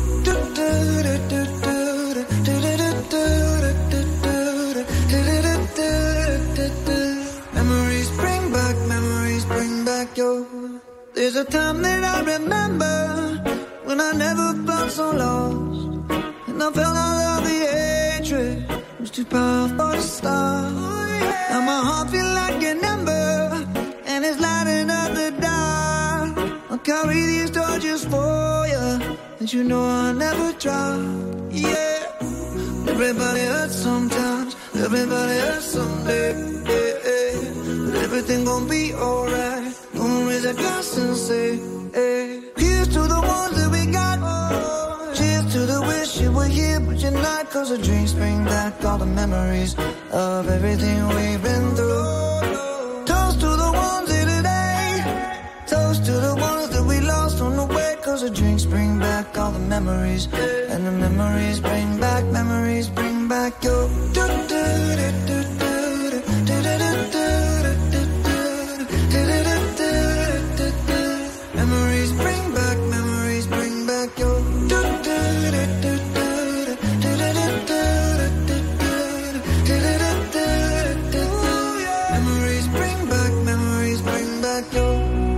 memories bring back your. There's a time that I remember when I never felt so lost, and I felt all of the hatred was too powerful to stop. Now my heart feel like an ember, and it's lighting up the dark. I'll carry these torches for you, and you know I'll never drop. Yeah, everybody hurts sometimes, everybody hurts someday. Yeah, yeah. But everything gon' be alright. Gonna raise a glass and say, hey. Here's to the ones that we got. Cheers to the wish you were here, but you're not. 'Cause the drinks bring back all the memories of everything we've been through. Toast to the ones here today. Toast to the ones that we lost on the way. 'Cause the drinks bring back all the memories. And the memories bring back your. Memories bring back your. Memories bring back your.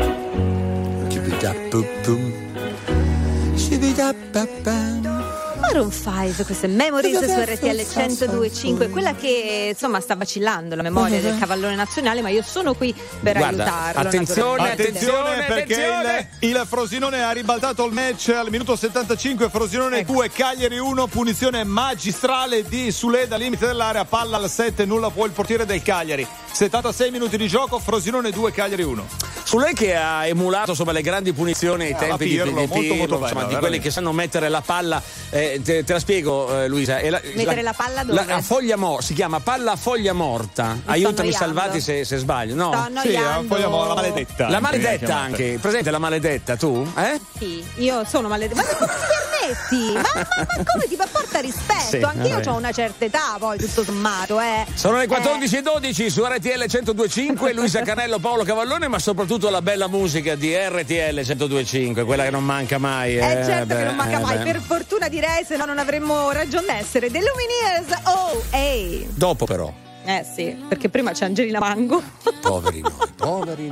Maroon 5, queste Memories su RTL 102.5, quella che insomma sta vacillando la memoria del cavallone nazionale, ma io sono qui per aiutarlo. Attenzione perché il Frosinone ha ribaltato il match al minuto 75, Frosinone 2, Cagliari 1, punizione magistrale di Sule da limite dell'area, palla al 7, nulla può il portiere del Cagliari. 76 minuti di gioco, Frosinone 2, Cagliari 1. Sule che ha emulato insomma le grandi punizioni ai tempi Pirlo, di molto Pirlo, bella, di quelli che sanno mettere la palla. Te la spiego, Luisa. Mettere la palla dove? La foglia si chiama palla a foglia morta. Aiutami, salvati se sbaglio. No, la foglia morta, la maledetta. La maledetta anche. Presente la maledetta tu? Sì, io sono maledetta. Ma come ti permetti? Ma come ti porta rispetto? Sì, anch'io ho una certa età, poi tutto sommato, Sono le 14:12 su RTL 102.5, Luisa Canello, Paolo Cavallone, ma soprattutto la bella musica di RTL 102.5, quella che non manca mai. Certo che non manca mai, per fortuna direi, se no non avremmo ragione d'essere. The Lumineers, oh, hey. Dopo però. Sì, perché prima c'è Angelina Mango. Poveri noi.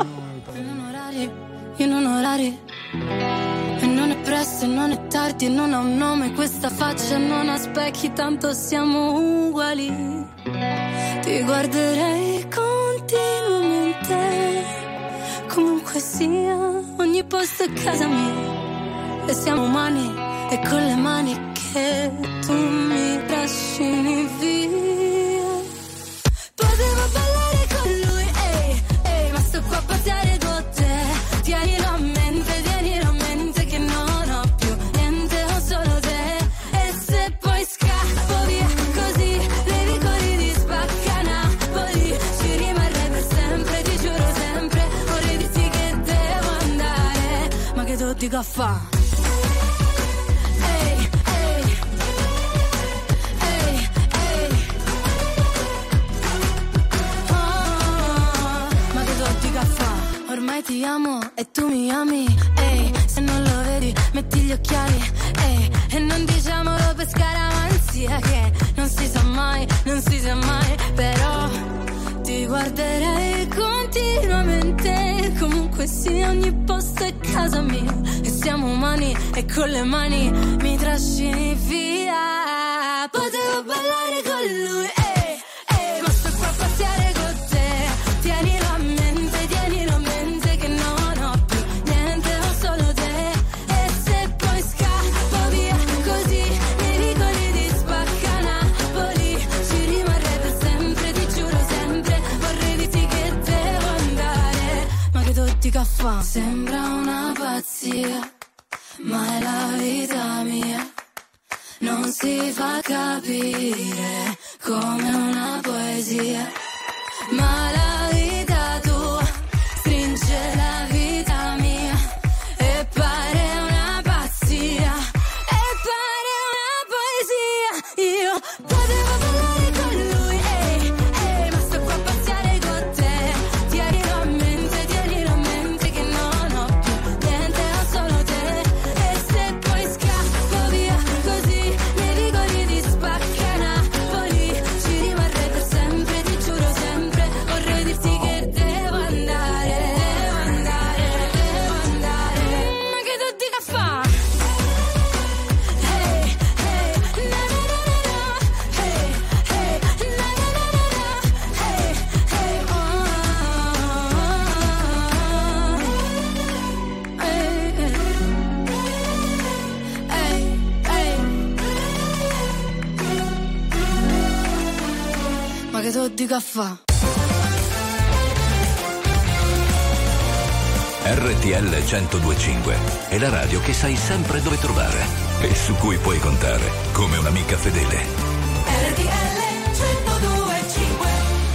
In un orario, e non è presto e non è tardi e non ha un nome questa faccia, non ha specchi, tanto siamo uguali. Ti guarderei continuamente, comunque sia, ogni posto è casa mia. E siamo umani e con le mani che tu mi trascini via. Potevo ballare con lui, ma sto qua a passare con te. Tienilo a mente che non ho più niente, ho solo te. E se poi scappo via così, nei vicoli di Spacca Napoli, ci rimarrei per sempre, ti giuro sempre. Vorrei dirti che devo andare, ma che tu dico a fa'? Ormai ti amo e tu mi ami, se non lo vedi metti gli occhiali, e non diciamolo per scaramanzia che non si sa mai, però ti guarderei continuamente, comunque sia, ogni posto è casa mia, e siamo umani e con le mani mi trascini via. Potevo ballare con lui, ma sto qua a passare con te, tienilo a mente che non ho più niente, ho solo te. E se poi scappo via così, nei vicoli di Spacca Napoli, ci rimarrei per sempre, ti Sembra una pazzia, ma è la vita mia. Non si fa capire come una poesia, ma la vita tua stringe la vita mia e pare una pazzia, e pare una poesia. Io potevo parlare con lui, ma sto qua a pazziare con te. Tienilo a mente che non ho più niente, ho solo te. E se poi scappo via così nei vicoli di Spacca Napoli, ci rimarrei per sempre, ti giuro sempre. Vorrei dirti che devo andare, devo andare, devo andare. Ma che tu dica fa? Hey, hey, na na na na na. Hey, hey, na na na na na. Hey, hey, oh. Hey, hey, hey. Ma che tu dica fa? RTL 1025 è la radio che sai sempre dove trovare e su cui puoi contare come un'amica fedele. RTL 1025.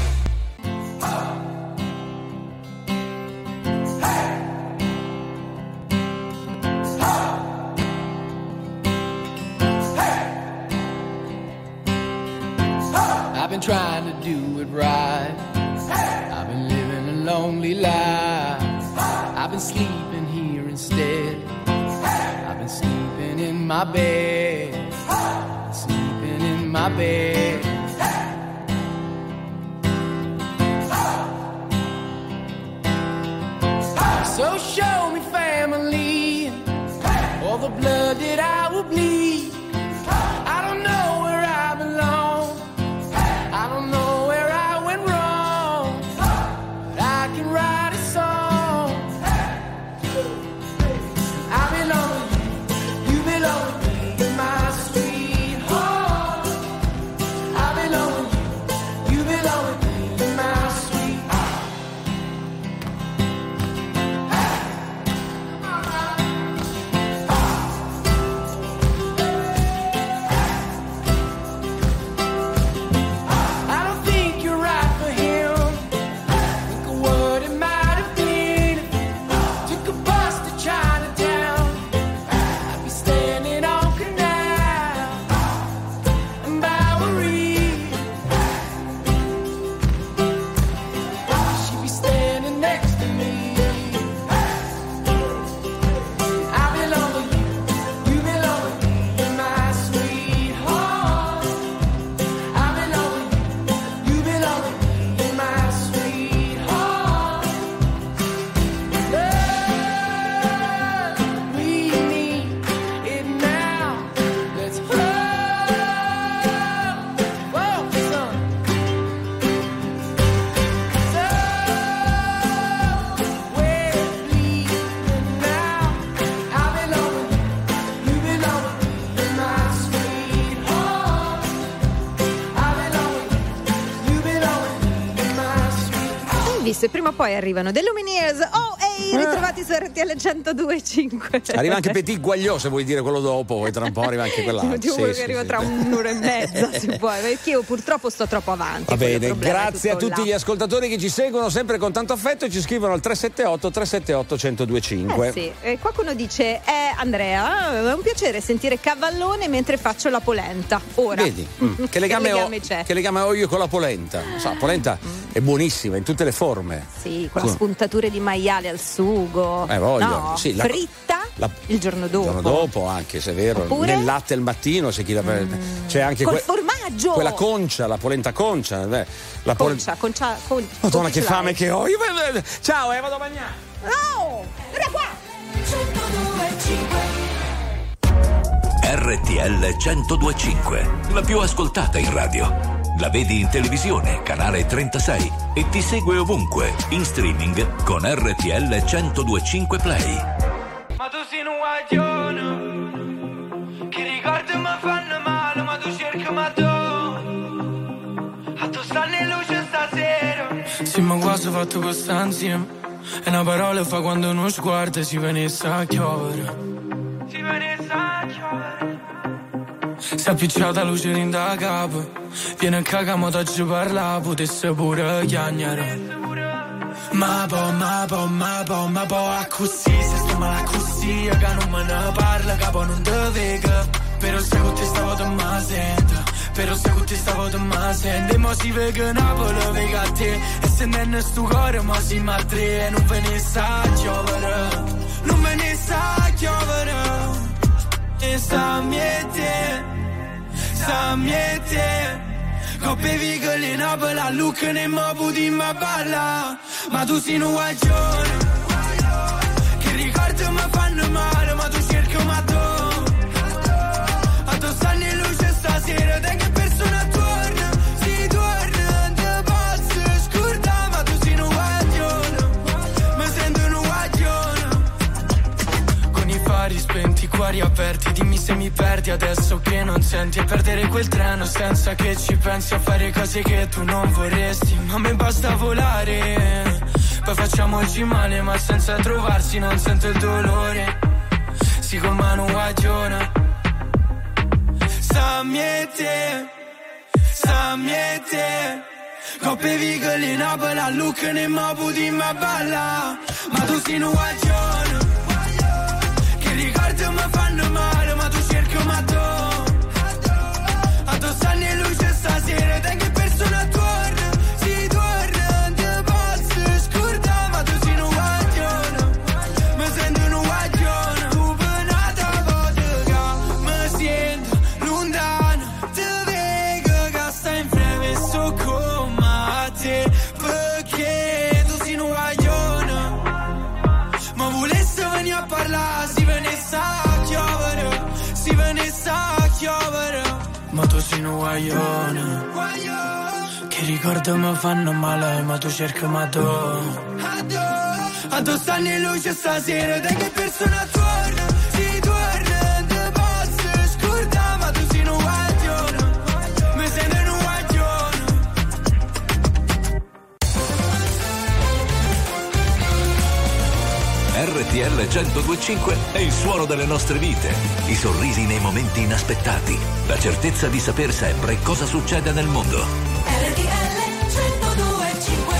I've been trying to do it right. I've been living a lonely life. I've been sleeping here instead. I've been sleeping in my bed. Sleeping in my bed. So show me family, all the blood that I will bleed. I don't know where I belong. I don't know where I went wrong, but I can write a song. I belong with you, you belong with me, my sweetheart. I belong with you, you belong with me, my sweetheart. I don't think you're right for him. Think of what it might have been. Took a bus to Chinatown. I'd be standing on Canal and Bowery. She'd be standing next to me. I belong with you, you belong with me, my sweetheart. I belong with you, you belong with me, my sweetheart. Love, we need it now. Let's focus on where it's bleeding now. I belong with you, you belong with me, my sweetheart. I belong with you, you belong with me, my sweetheart. Hai visto? E prima o poi arrivano The Lumineers. Oh, ehi, ritrovati su RTL 102.5. Arriva anche Petit Guagliò, se vuoi dire quello dopo, poi tra un po' arriva anche quell'altro. Dico quello che arriva tra un'ora e mezza, se puoi, perché io purtroppo sto troppo avanti. Va poi il bene, problema è grazie a tutto tutti là. gli ascoltatori che ci seguono sempre con tanto affetto e ci scrivono al 378-378-1025. Sì, qualcuno dice: Andrea, è un piacere sentire Cavallone mentre faccio la polenta. Ora, Vedi? Che legame c'è? Che legame ho io con la polenta? So, la polenta è buonissima in tutte le forme. Sì, con le spuntature di maiale al sugo. Voglio. No, Sì, fritta il giorno dopo. Il giorno dopo anche, se è vero. Oppure? Nel latte al mattino c'è chi la c'è anche Col formaggio. quella concia, la polenta concia. La Concia. Madonna, che fame che ho. Ciao, vado a mangiare. No! Guarda qua! RTL 1025, la più ascoltata in radio. La vedi in televisione, canale 36 e ti segue ovunque, in streaming con RTL 1025 Play. Ma tu sei un guaglione, che ricordi mi fanno male, ma tu cerchi ma tu, a tu stanno in luce stasera. Sì, ma quasi fatto questa insieme. E una parola fa quando uno sguardo si venisse a chiovere. Si è appicciata luce in da capo. Viene a cagamo da giù parla, potesse pure chiagnare. Ma po' a così, se sto male così, che non me ne parla, capo non te vega. Però se con te stavo te ma sento, però se con te stavo te ma sento. E mo si vega Napoli, vega a te, e se non sto cuore, ma si ma tre. E non ve ne sa chiovere, non me ne sa chiovere. E sta miete, coppe vigole in Napoli, a Lucca ne mo puti ma balla. Ma tu sei un guaglione, che ricordi mi fanno male, ma tu cerchi ma tu. A tu stanno in luce stasera, te che persona torna, si torna, te posso scordare, ma tu sei un guaglione, mi sento un guaglione. Con i fari spenti, i cuori aperti, dimmi se mi perdi adesso che non senti. E perdere quel treno senza che ci pensi, a fare cose che tu non vorresti. Ma a me basta volare, poi facciamoci male, ma senza trovarsi non sento il dolore. Si con mano guagliona. Sammiete, coppe vigole in Napoli, a Lucca ne mo puti ma balla. Ma tu sei un guaglione, che ricordi mi fanno male, ma tu cerchi ma tu. A tu stanno in luce stasera, te che persona torna, si torna, te posso scordare, ma tu sei un guaglione, mi sento un guaglione. Tu penata vodka, mi sento lontano, te vedo che stai in freme, sto come te, perché tu sei un guaglione. Ma volesse venire a parlare, si venisse a chiovere, si venisse a chiovere. Ma tu sei un guaglione, che ricordi mi fanno male, ma tu cerchi ma tu. A tu stanno in luce stasera, te che persona torna, si torna, te posso scordare, ma tu sei un guaglione, mi sento un guaglione. RTL 102.5 è il suono delle nostre vite, i sorrisi nei momenti inaspettati, la certezza di saper sempre cosa succede nel mondo. RTL 102.5.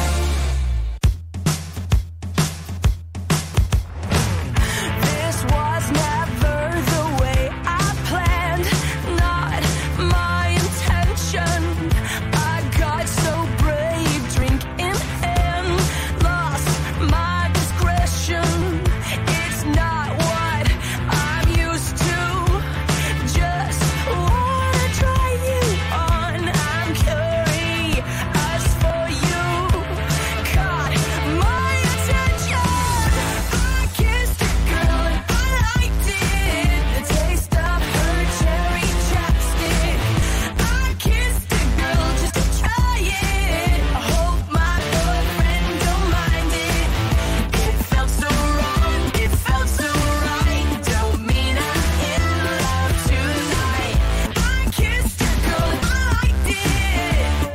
This was never the way I planned, not my intention. I got so brave, drink in hand, lost my discretion. It's not what I'm used to, just wanna try you on. I'm curious for you, caught my attention. I kissed a girl and I liked it, the taste of her cherry chapstick. I kissed a girl just to try it, I hope my boyfriend don't mind it. It felt so wrong, it felt so right, don't mean I'm in love tonight. I kissed a girl and I liked it,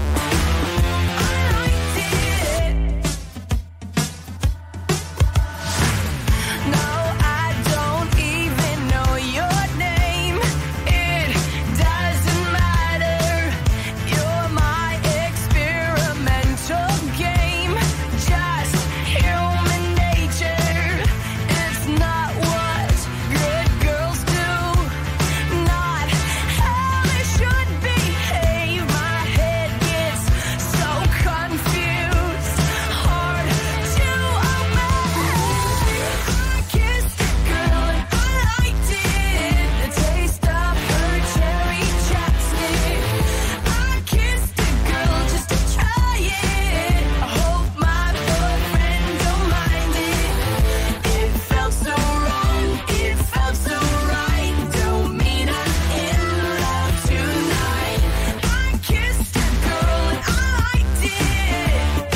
No, I don't even know your name. It doesn't matter. You're my experimental game. Just human nature. It's not what good girls do. Not how they should behave. My head gets so confused. Hard to obey. I kissed a girl and I liked it, the taste of her cherry chapstick. I kissed a girl just to try it, I hope my boyfriend don't mind it. It felt so wrong, it felt so right, don't mean I'm in love tonight. I kissed a girl and I liked it,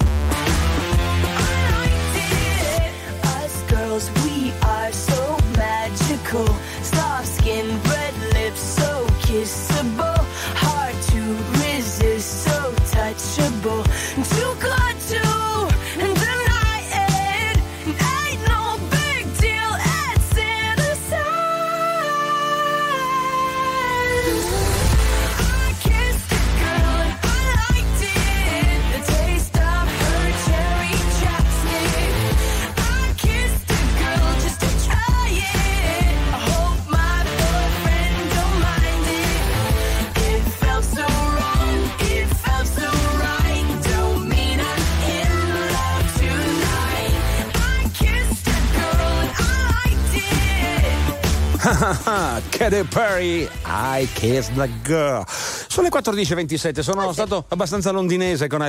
Us girls, we are so magical. Soft skin, red lips, so kissable. Hard to resist, so touchable. Too good to deny Katy Perry, I Kissed the Girl. Sono le 14:27, sono stato abbastanza londinese con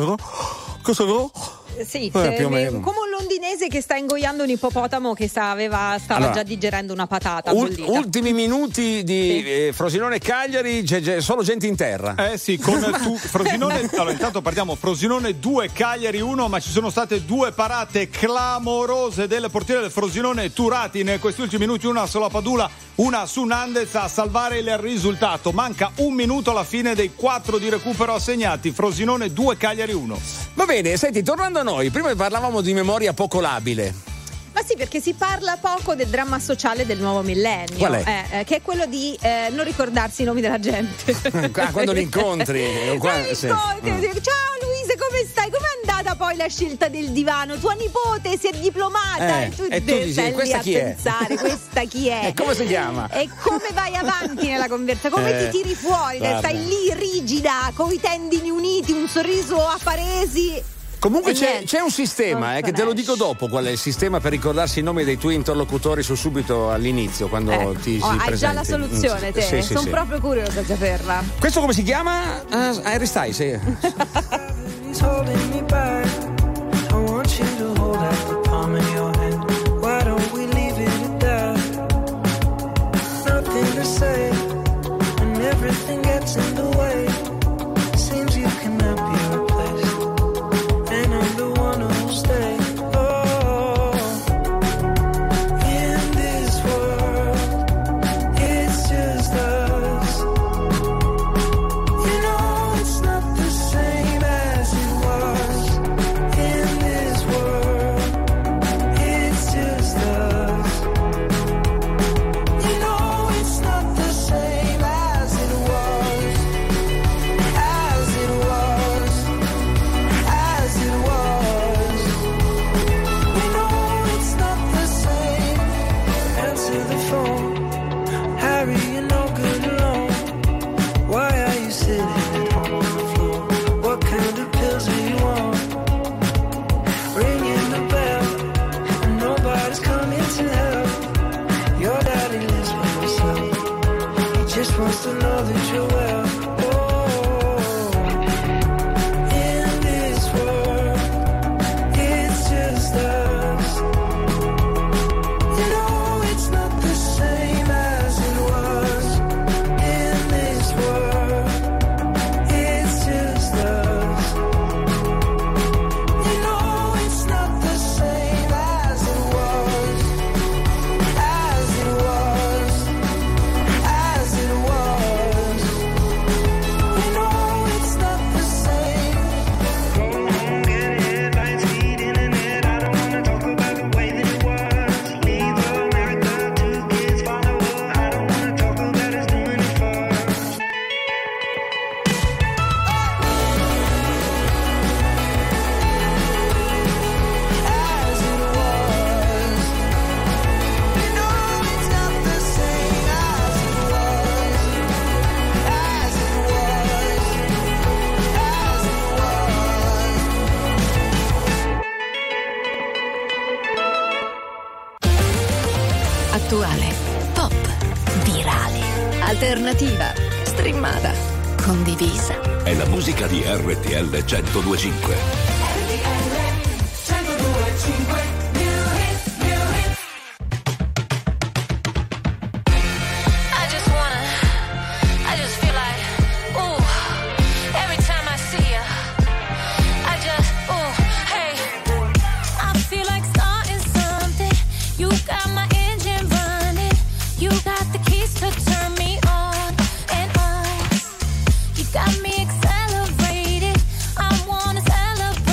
Sì, più o meno. come un londinese che sta ingoiando un ippopotamo che stava già digerendo una patata bollita. Ultimi minuti di Frosinone Cagliari, c'è solo gente in terra. Sì, con Frosinone. Allora, intanto partiamo. Frosinone 2, Cagliari 1, ma ci sono state due parate clamorose del portiere del Frosinone Turati in questi ultimi minuti, una sulla Padula, una su Nandez a salvare il risultato. Manca un minuto alla fine dei 4 di recupero assegnati. Frosinone 2, Cagliari 1. Va bene, senti, tornando a noi, prima parlavamo di memoria poco labile. Ma sì, perché si parla poco del dramma sociale del nuovo millennio. Qual è? Che è quello di non ricordarsi i nomi della gente. Quando li incontri. Ciao Luisa, come stai? Com'è andata poi la scelta del divano? Tua nipote si è diplomata e tu dici, stai questa lì chi a è? pensare, questa chi è? E come si chiama? E come vai avanti nella conversazione? Come ti tiri fuori? Guarda. Stai lì rigida, coi tendini uniti, un sorriso a paresi. Comunque c'è un sistema, che te lo dico dopo, qual è il sistema per ricordarsi i nomi dei tuoi interlocutori subito all'inizio, quando ti si presenti. Hai già la soluzione, te? Sì, Sono proprio curiosa a saperla. Questo come si chiama? Harry Styles, sì. He's holding me back. I want you to hold out the palm of your hand. Why don't we leave it at that? Nothing to say, and everything gets in the way. Seems you cannot be replaced, and I'm the one who'll stay. Oh, in this world, it's just us. You know it's not the same as it was. In this world, it's just us. You know it's not the same as it was. As it was. As it was. You know it's not the same. Answer the phone. Harry, you're no good alone. Why are you sitting at home on the floor? What kind of pills do you want? Ringing the bell, and nobody's coming to help. Your daddy lives by himself. He just wants to know that you're well. Oh, in this world, it's just us. You know it's not the same as it was. In this world, it's just us. You know it's not the same as it was. As it was. As it was. You know it's not the same. Go home, get it, lights, feet, internet. I don't wanna talk about the way that it was. Leave America, 2 kids, follow her. I don't wanna talk about us doing it first. As it was. You know it's not the same as it was. As it was. As it was. Attuale, pop, virale, alternativa, streamata, condivisa. È la musica di RTL 102.5. I just feel like, ooh, every time I see you, I just, ooh, hey, I feel like starting something. You got my engine running. You got the keys to turn me on and on. You got me accelerated. I wanna celebrate.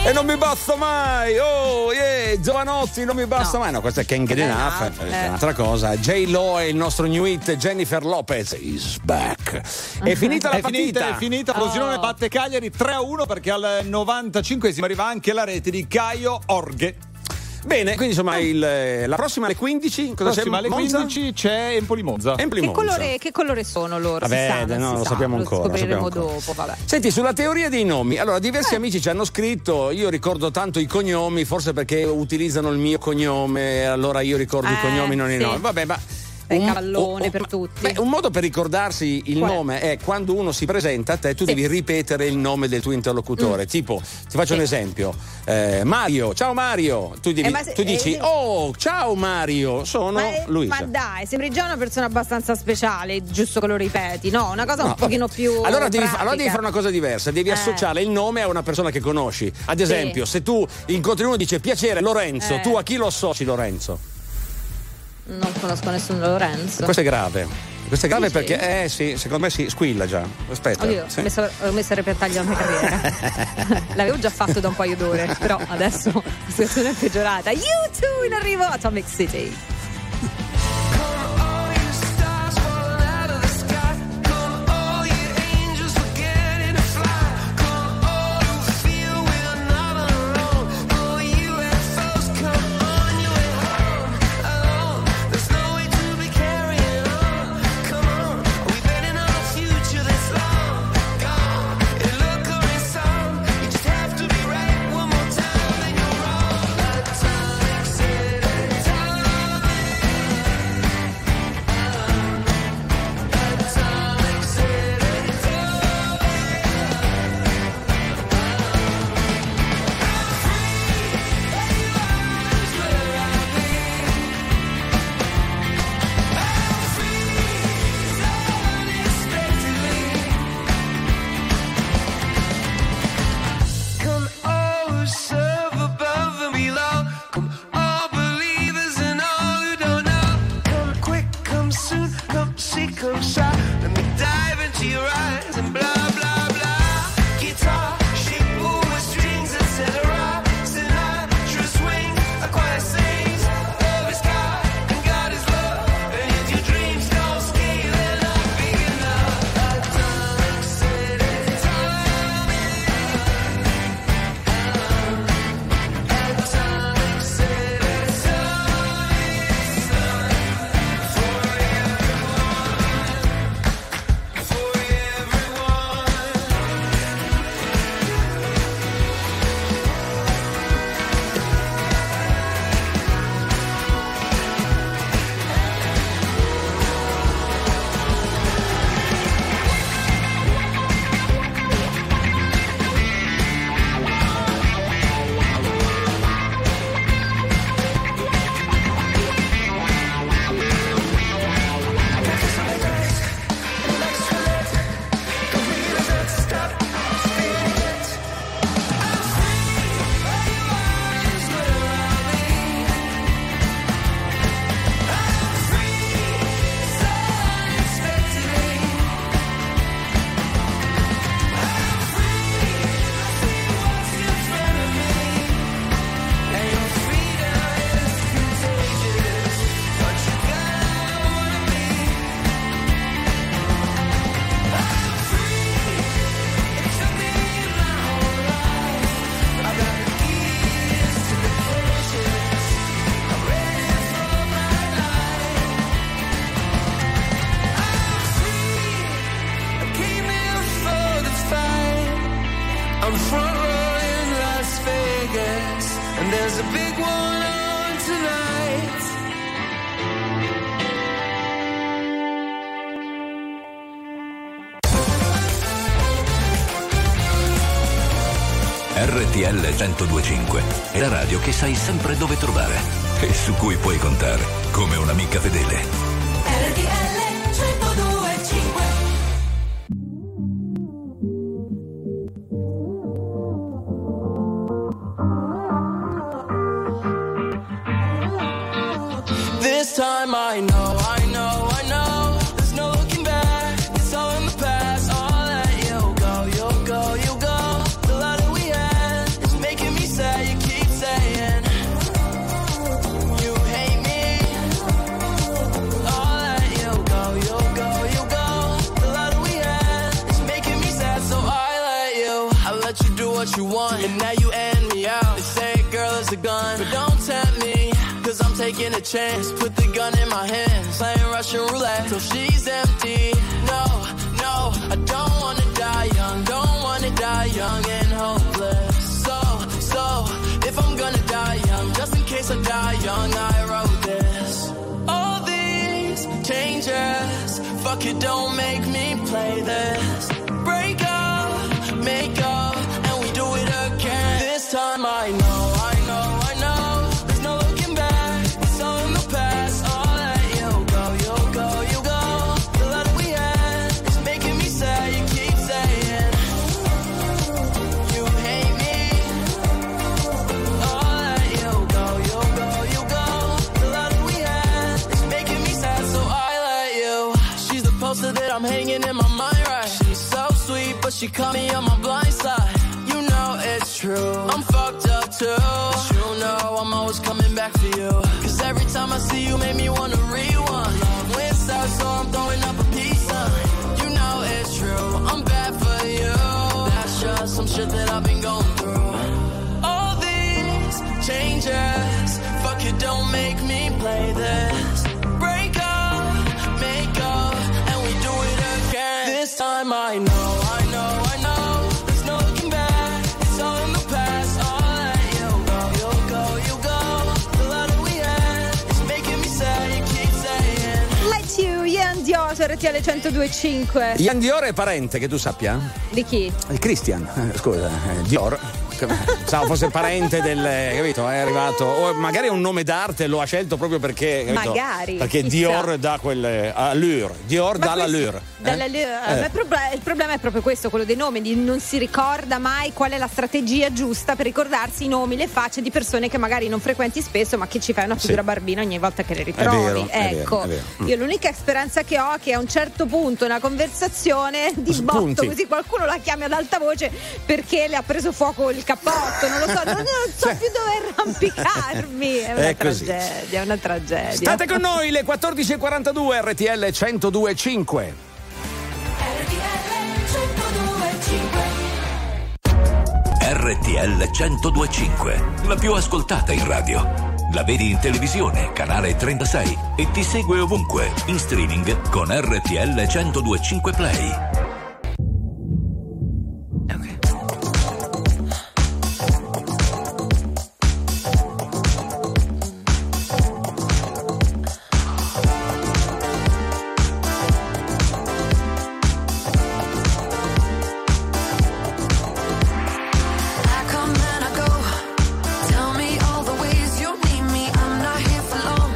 E non mi basta mai, oh yeah, Giovanotti, non mi basta mai. No, questa è Can't Get Enough, è un'altra cosa. J-Lo e il nostro new hit Jennifer Lopez is back. È finita la partita. È finita, Frosinone batte Cagliari 3-1 perché al 95esimo arriva anche la rete di Caio Orghe. Bene, quindi insomma la prossima alle 15 cosa prossima alle 15 c'è Empoli Monza. Che colore sono loro? Vabbè, lo sappiamo ancora. Lo scopriremo dopo, vabbè. Senti, sulla teoria dei nomi, allora diversi amici ci hanno scritto, io ricordo tanto i cognomi, forse perché utilizzano il mio cognome, allora io ricordo i cognomi, non i nomi. Vabbè, ma cavallone per tutti. Beh, un modo per ricordarsi il nome è quando uno si presenta a te, tu devi ripetere il nome del tuo interlocutore. Tipo, ti faccio un esempio: Mario, ciao Mario. Tu dici, oh, ciao Mario, sono Luisa. Ma dai, sembri già una persona abbastanza speciale, giusto che lo ripeti, no? Una cosa un pochino più. Allora devi fare una cosa diversa, devi associare il nome a una persona che conosci. Ad esempio, se tu incontri uno e dice piacere Lorenzo, tu a chi lo associ Lorenzo? Non conosco nessun Lorenzo. Questo è grave. Questo è grave perché, sì, secondo me squilla già. Aspetta. Oddio, ho messo a repentaglio la mia carriera. L'avevo già fatto da un paio d'ore, però adesso la situazione è peggiorata. U2 in arrivo a Atomic City. RTL 102.5 è la radio che sai sempre dove trovare e su cui puoi contare come un'amica fedele. RTL 102.5. This time I know there's no looking back, it's all in the past. I'll let you go. The love that we had is making me on, and now you end me out. They say a girl is a gun, but don't tempt me, cause I'm taking a chance. Put the gun in my hands, playing Russian roulette till she's empty. No, no, I don't wanna die young, don't wanna die young and hopeless. So, if I'm gonna die young, just in case I die young, I wrote this. All these changes, fuck it, don't make me play this. Break up, make up, and we do it again. This time I know, there's no looking back, it's all in the past. I'll let you go, you'll go, you go. The love we had is making me sad, you keep saying you hate me. I'll let you go, you'll go, you go. The love we had is making me sad, so I let you. She's the poster that I'm hanging in my mind, right? She's so sweet, but she caught me on my blind side. You know it's true, I'm fucked up too. But you know I'm always coming back for you, cause every time I see you make me wanna rewind. Love went south, so I'm throwing up a peace sign. You know it's true, I'm bad for you. That's just some shit that I've been going through. All these changes, fuck it, don't make me play this. Break up, make up, and we do it again. This time I know, there's no looking back, it's all in the past. I'll let you go, you'll go, you go. The love that we had is making me sad, you keep saying Let You, Ian Dior su RTL 102.5. Ian Dior è parente, che tu sappia? Di chi? Il Christian, scusa, Dior. Pensavo fosse parente del, capito? È arrivato, o magari è un nome d'arte, lo ha scelto proprio perché, capito? Magari, perché chissà. Dior dà quel allure. Dior dà l'allure. Il problema è proprio questo, quello dei nomi, di non si ricorda mai qual è la strategia giusta per ricordarsi i nomi, le facce di persone che magari non frequenti spesso, ma che ci fai una figura barbina ogni volta che le ritrovi. Ecco, è vero. Io l'unica speranza che ho è che a un certo punto una conversazione di botto, così qualcuno la chiami ad alta voce perché le ha preso fuoco il cappotto, non lo so, non so più dove arrampicarmi. È una tragedia. State con noi, le 14.42, RTL 102.5. RTL 102.5, la più ascoltata in radio. La vedi in televisione, canale 36, e ti segue ovunque, in streaming con RTL 102.5 Play.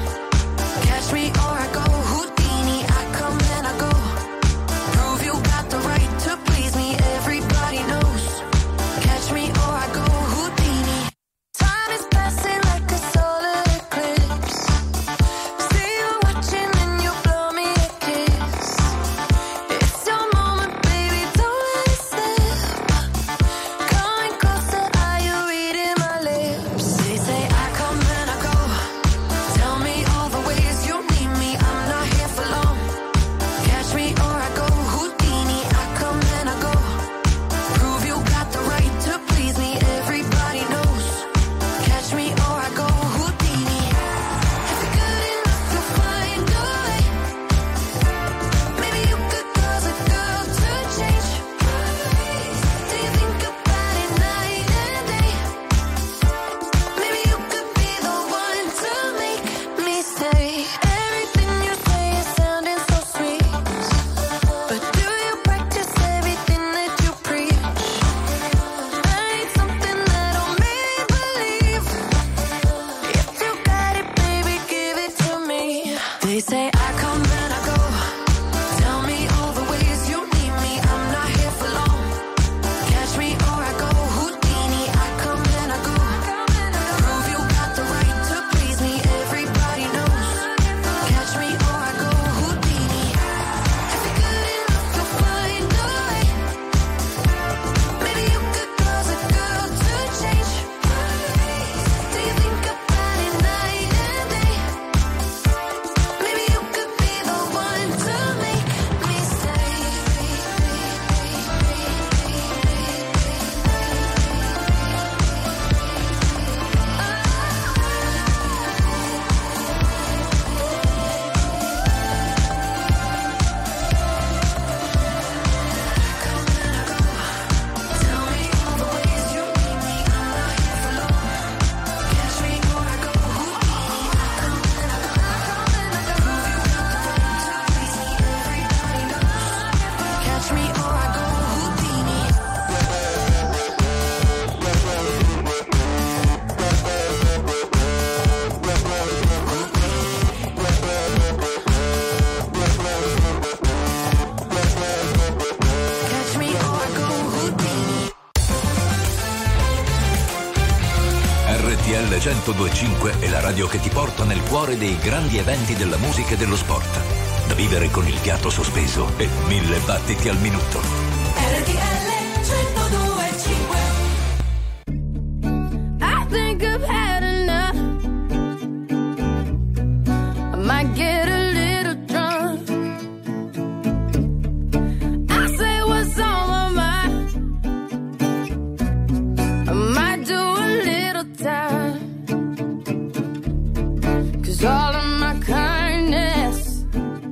Catch me or I go Houdini. I come and I go. Prove you got RTL 102.5 è la radio che ti porta nel cuore dei grandi eventi della musica e dello sport. Da vivere con il fiato sospeso e 1000 battiti al minuto. RTL 102.5. I think I've had enough. I might get a little drunk. I say what's on my mind. I might do a little time. 'Cause all of my kindness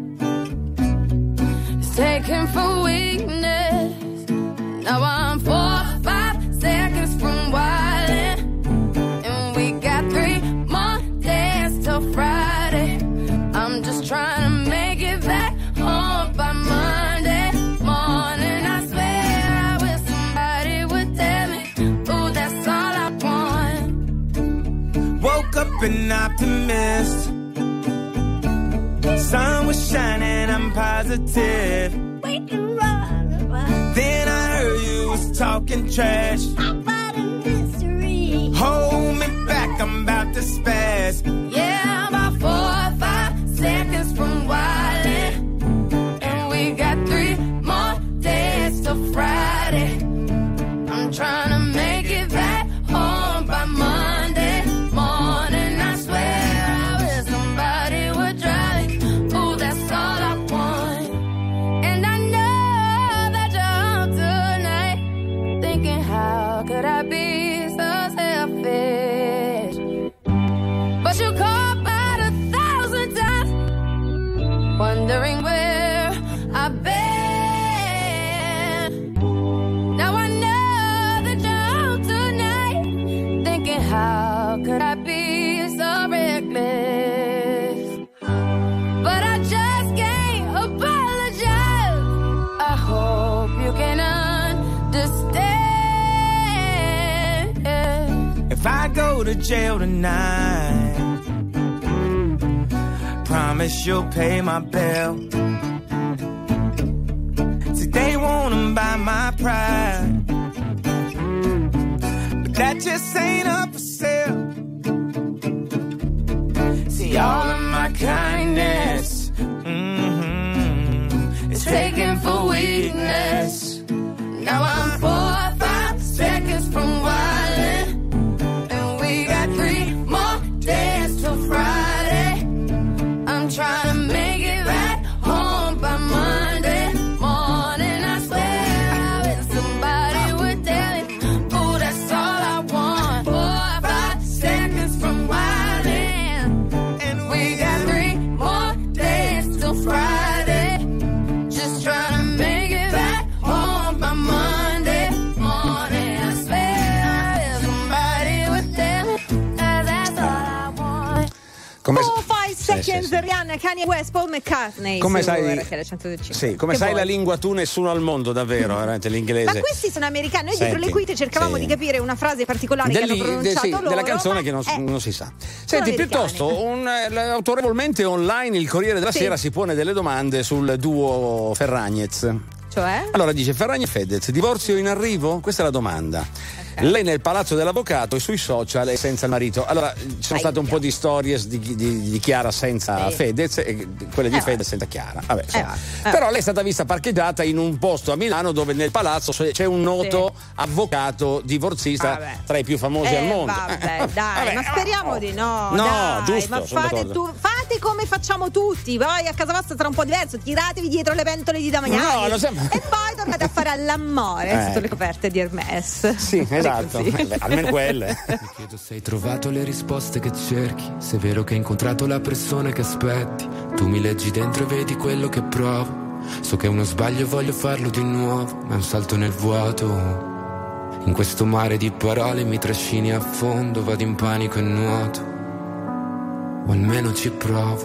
is taken for weakness. Now I'm 4 or 5 seconds from wildin', and we got 3 more days till Friday. I'm just trying to make it back home by Monday morning. I swear I wish somebody would tell me, ooh, that's all I want. Woke up an optimist. Sun was shining, I'm positive. Then I heard you was talking trash. Hold me back, I'm about to spaz. Yeah, I'm about 4 or 5 seconds from wildin', and we got 3 more days till Friday. I'm trying to make it back home by Monday morning. I swear I wish somebody would drive me. Ooh, that's all I want. And I know that you're home tonight, thinking how could I be so selfish? But you call about 1,000 times, wondering where I've been. Now I know that you're home tonight, thinking how could I be so reckless? But I just can't apologize. I hope you can understand. If I go to jail tonight, promise you'll pay my bill. See, they wanna buy my pride, but that just ain't up for sale. See, all of my kindness is taken for weakness. Now I'm 4 or 5 seconds from wildin', and we got 3 more days till Friday. I'm trying to make it back home by Monday morning. I swear I wish somebody would tell me, ooh, that's all I want. 4 or 5 seconds from wildin', and we got 3 more days till Friday. Just trying to make it back home by Monday morning. I swear I wish somebody would tell me, that's all I want. Come 5 seconds, Rihanna, Kanye West, Paul McCartney. Come su sai, RTL 105. sì, come Che sai vuoi? la lingua tu nessuno al mondo davvero, veramente l'inglese. Ma questi sono americani, noi dietro Senti, le quinte cercavamo sì. di capire una frase particolare che hanno pronunciato loro, della canzone ma che non si sa. Senti, americani. piuttosto, autorevolmente online il Corriere della Sì. Sera si pone delle domande sul duo Ferragnez. Cioè? Allora dice: Ferragni e Fedez, divorzio in arrivo? Questa è la domanda. Lei nel palazzo dell'avvocato e sui social è senza il marito. Allora ci sono state un po' di storie di Chiara senza Fedez e quelle di Fedez senza Chiara. Vabbè, insomma. Però lei è stata vista parcheggiata in un posto a Milano dove nel palazzo c'è un noto avvocato divorzista tra i più famosi al mondo. Vabbè, dai, ma speriamo di no. No, dai, giusto, ma sono d'accordo. fate come facciamo tutti. Poi a casa vostra sarà un po' diverso. Tiratevi dietro le pentole di Damiani. No, lo sempre. E poi tornate a fare l'amore sotto le coperte di Hermès. Sì, esatto. Almeno quelle. Mi chiedo se hai trovato le risposte che cerchi, se è vero che hai incontrato la persona che aspetti. Tu mi leggi dentro e vedi quello che provo. So che è uno sbaglio e voglio farlo di nuovo, ma è un salto nel vuoto. In questo mare di parole mi trascini a fondo, vado in panico e nuoto, o almeno ci provo.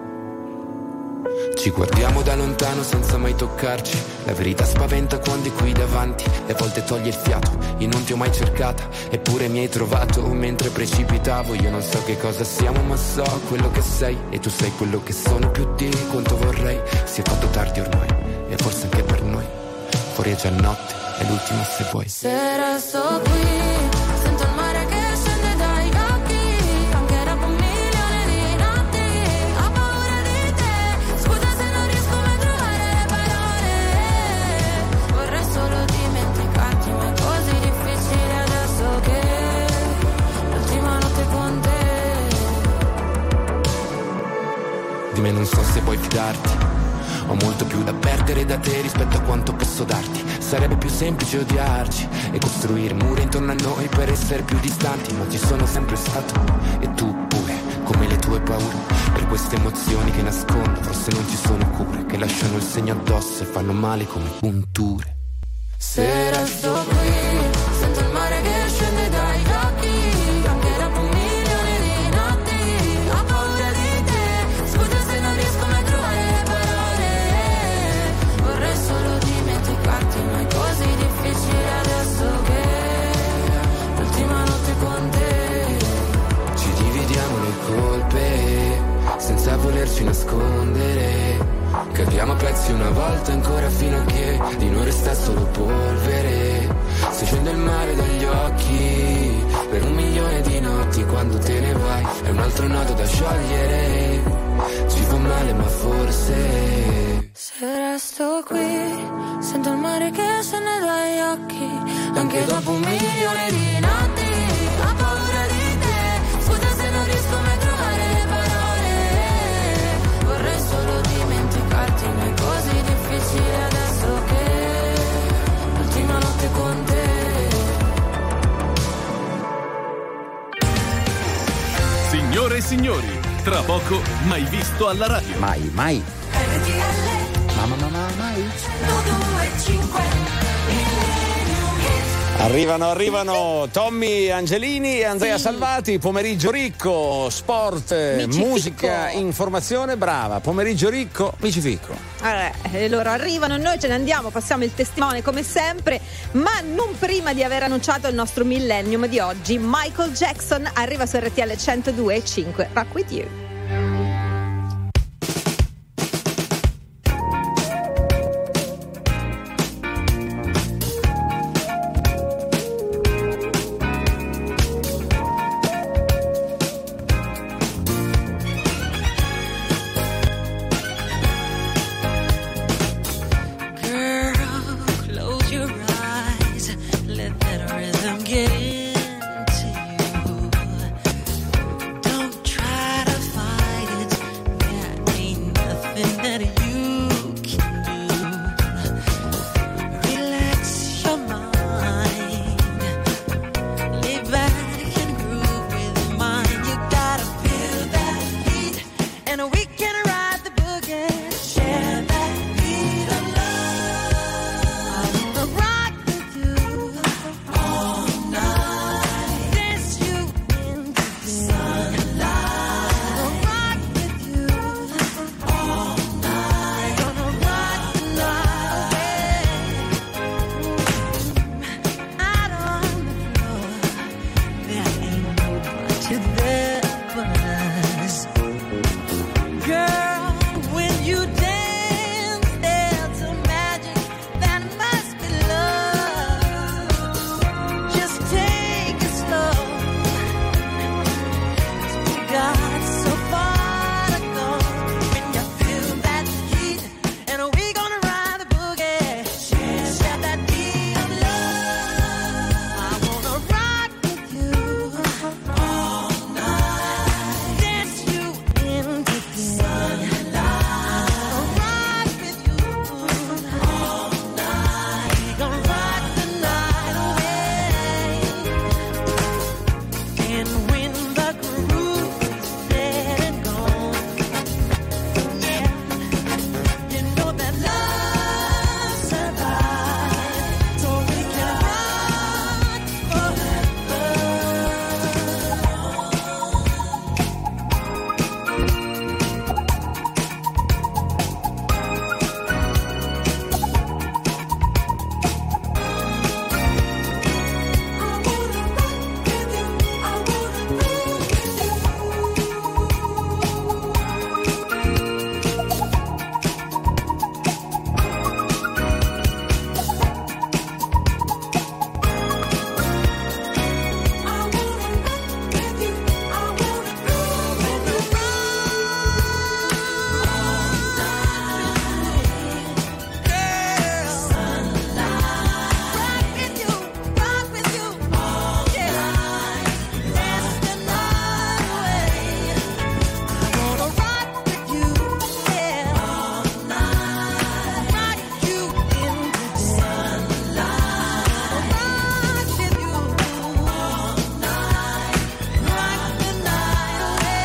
Ci guardiamo da lontano senza mai toccarci. La verità spaventa quando è qui davanti e a volte toglie il fiato. Io non ti ho mai cercata, eppure mi hai trovato mentre precipitavo. Io non so che cosa siamo, ma so quello che sei, e tu sei quello che sono più di quanto vorrei. Si è fatto tardi ormai, e forse anche per noi. Fuori è già notte, è l'ultima se vuoi. Se resto qui, sento il mare che scende dai occhi più da perdere da te rispetto a quanto posso darti. Sarebbe più semplice odiarci e costruire muri intorno a noi per essere più distanti, ma ci sono sempre stato e tu pure, come le tue paure, per queste emozioni che nascondo. Forse non ci sono cure, che lasciano il segno addosso e fanno male come punture. Se resto qui, sento il mare che scende dagli occhi, anche dopo 1 milione di notti. Ho paura di te, scusa se non riesco mai a trovare le parole. Vorrei solo dimenticarti, ma è così difficile adesso che l'ultima notte con te. Ci dividiamo le colpe, senza volerci nascondere. Capiamo a pezzi una volta ancora fino a che di noi resta solo polvere. Se scende il mare dagli occhi per 1 milione di notti, quando te ne vai è un altro nodo da sciogliere. Ci fa male ma forse se resto qui, sento il mare che scende dagli occhi, anche dopo 1 milione di notti. Ho paura di te, scusa se non riesco mai a trovare le parole. Vorrei solo dimenticarti, ma è così difficile adesso che l'ultima notte con te. Signore e signori, tra poco mai visto alla radio. Mai. mai. Arrivano Tommy Angelini e Andrea Salvati. Pomeriggio ricco, sport, musica, informazione. Brava, pomeriggio ricco, mi ci ficco. Allora, loro arrivano, noi ce ne andiamo, passiamo il testimone come sempre, ma non prima di aver annunciato il nostro millennium di oggi. Michael Jackson arriva su RTL 102.5. Rock with you. Get into you. Don't try to find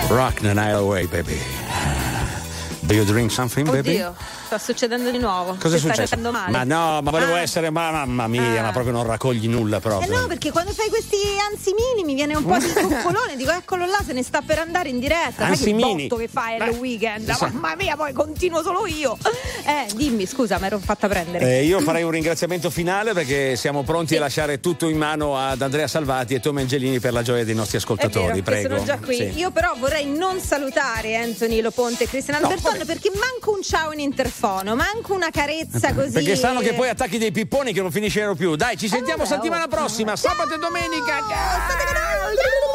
Rock the night away, baby. Do you drink something, baby? Oddio, sta succedendo di nuovo. Cosa è Stai successo? facendo male. Ma no, ma volevo essere, mamma mia, ma proprio non raccogli nulla proprio. No, perché quando fai questi ansimini mi viene un po' di coccolone, dico eccolo là, se ne sta per andare in diretta. Sai che botto che fai il weekend? Mamma mia, poi continuo solo io. Dimmi, scusa, mi ero fatta prendere. Io farei un ringraziamento finale perché siamo pronti a lasciare tutto in mano ad Andrea Salvati e Tommy Angelini per la gioia dei nostri ascoltatori. È vero, prego. Sono già qui. Sì. Io però vorrei non salutare Anthony Loponte e Cristian Alberton perché manco un ciao in interfono, manco una carezza così. Perché sanno che poi attacchi dei pipponi che non finiscono più. Dai, ci sentiamo settimana prossima, sabato e domenica. Ciao!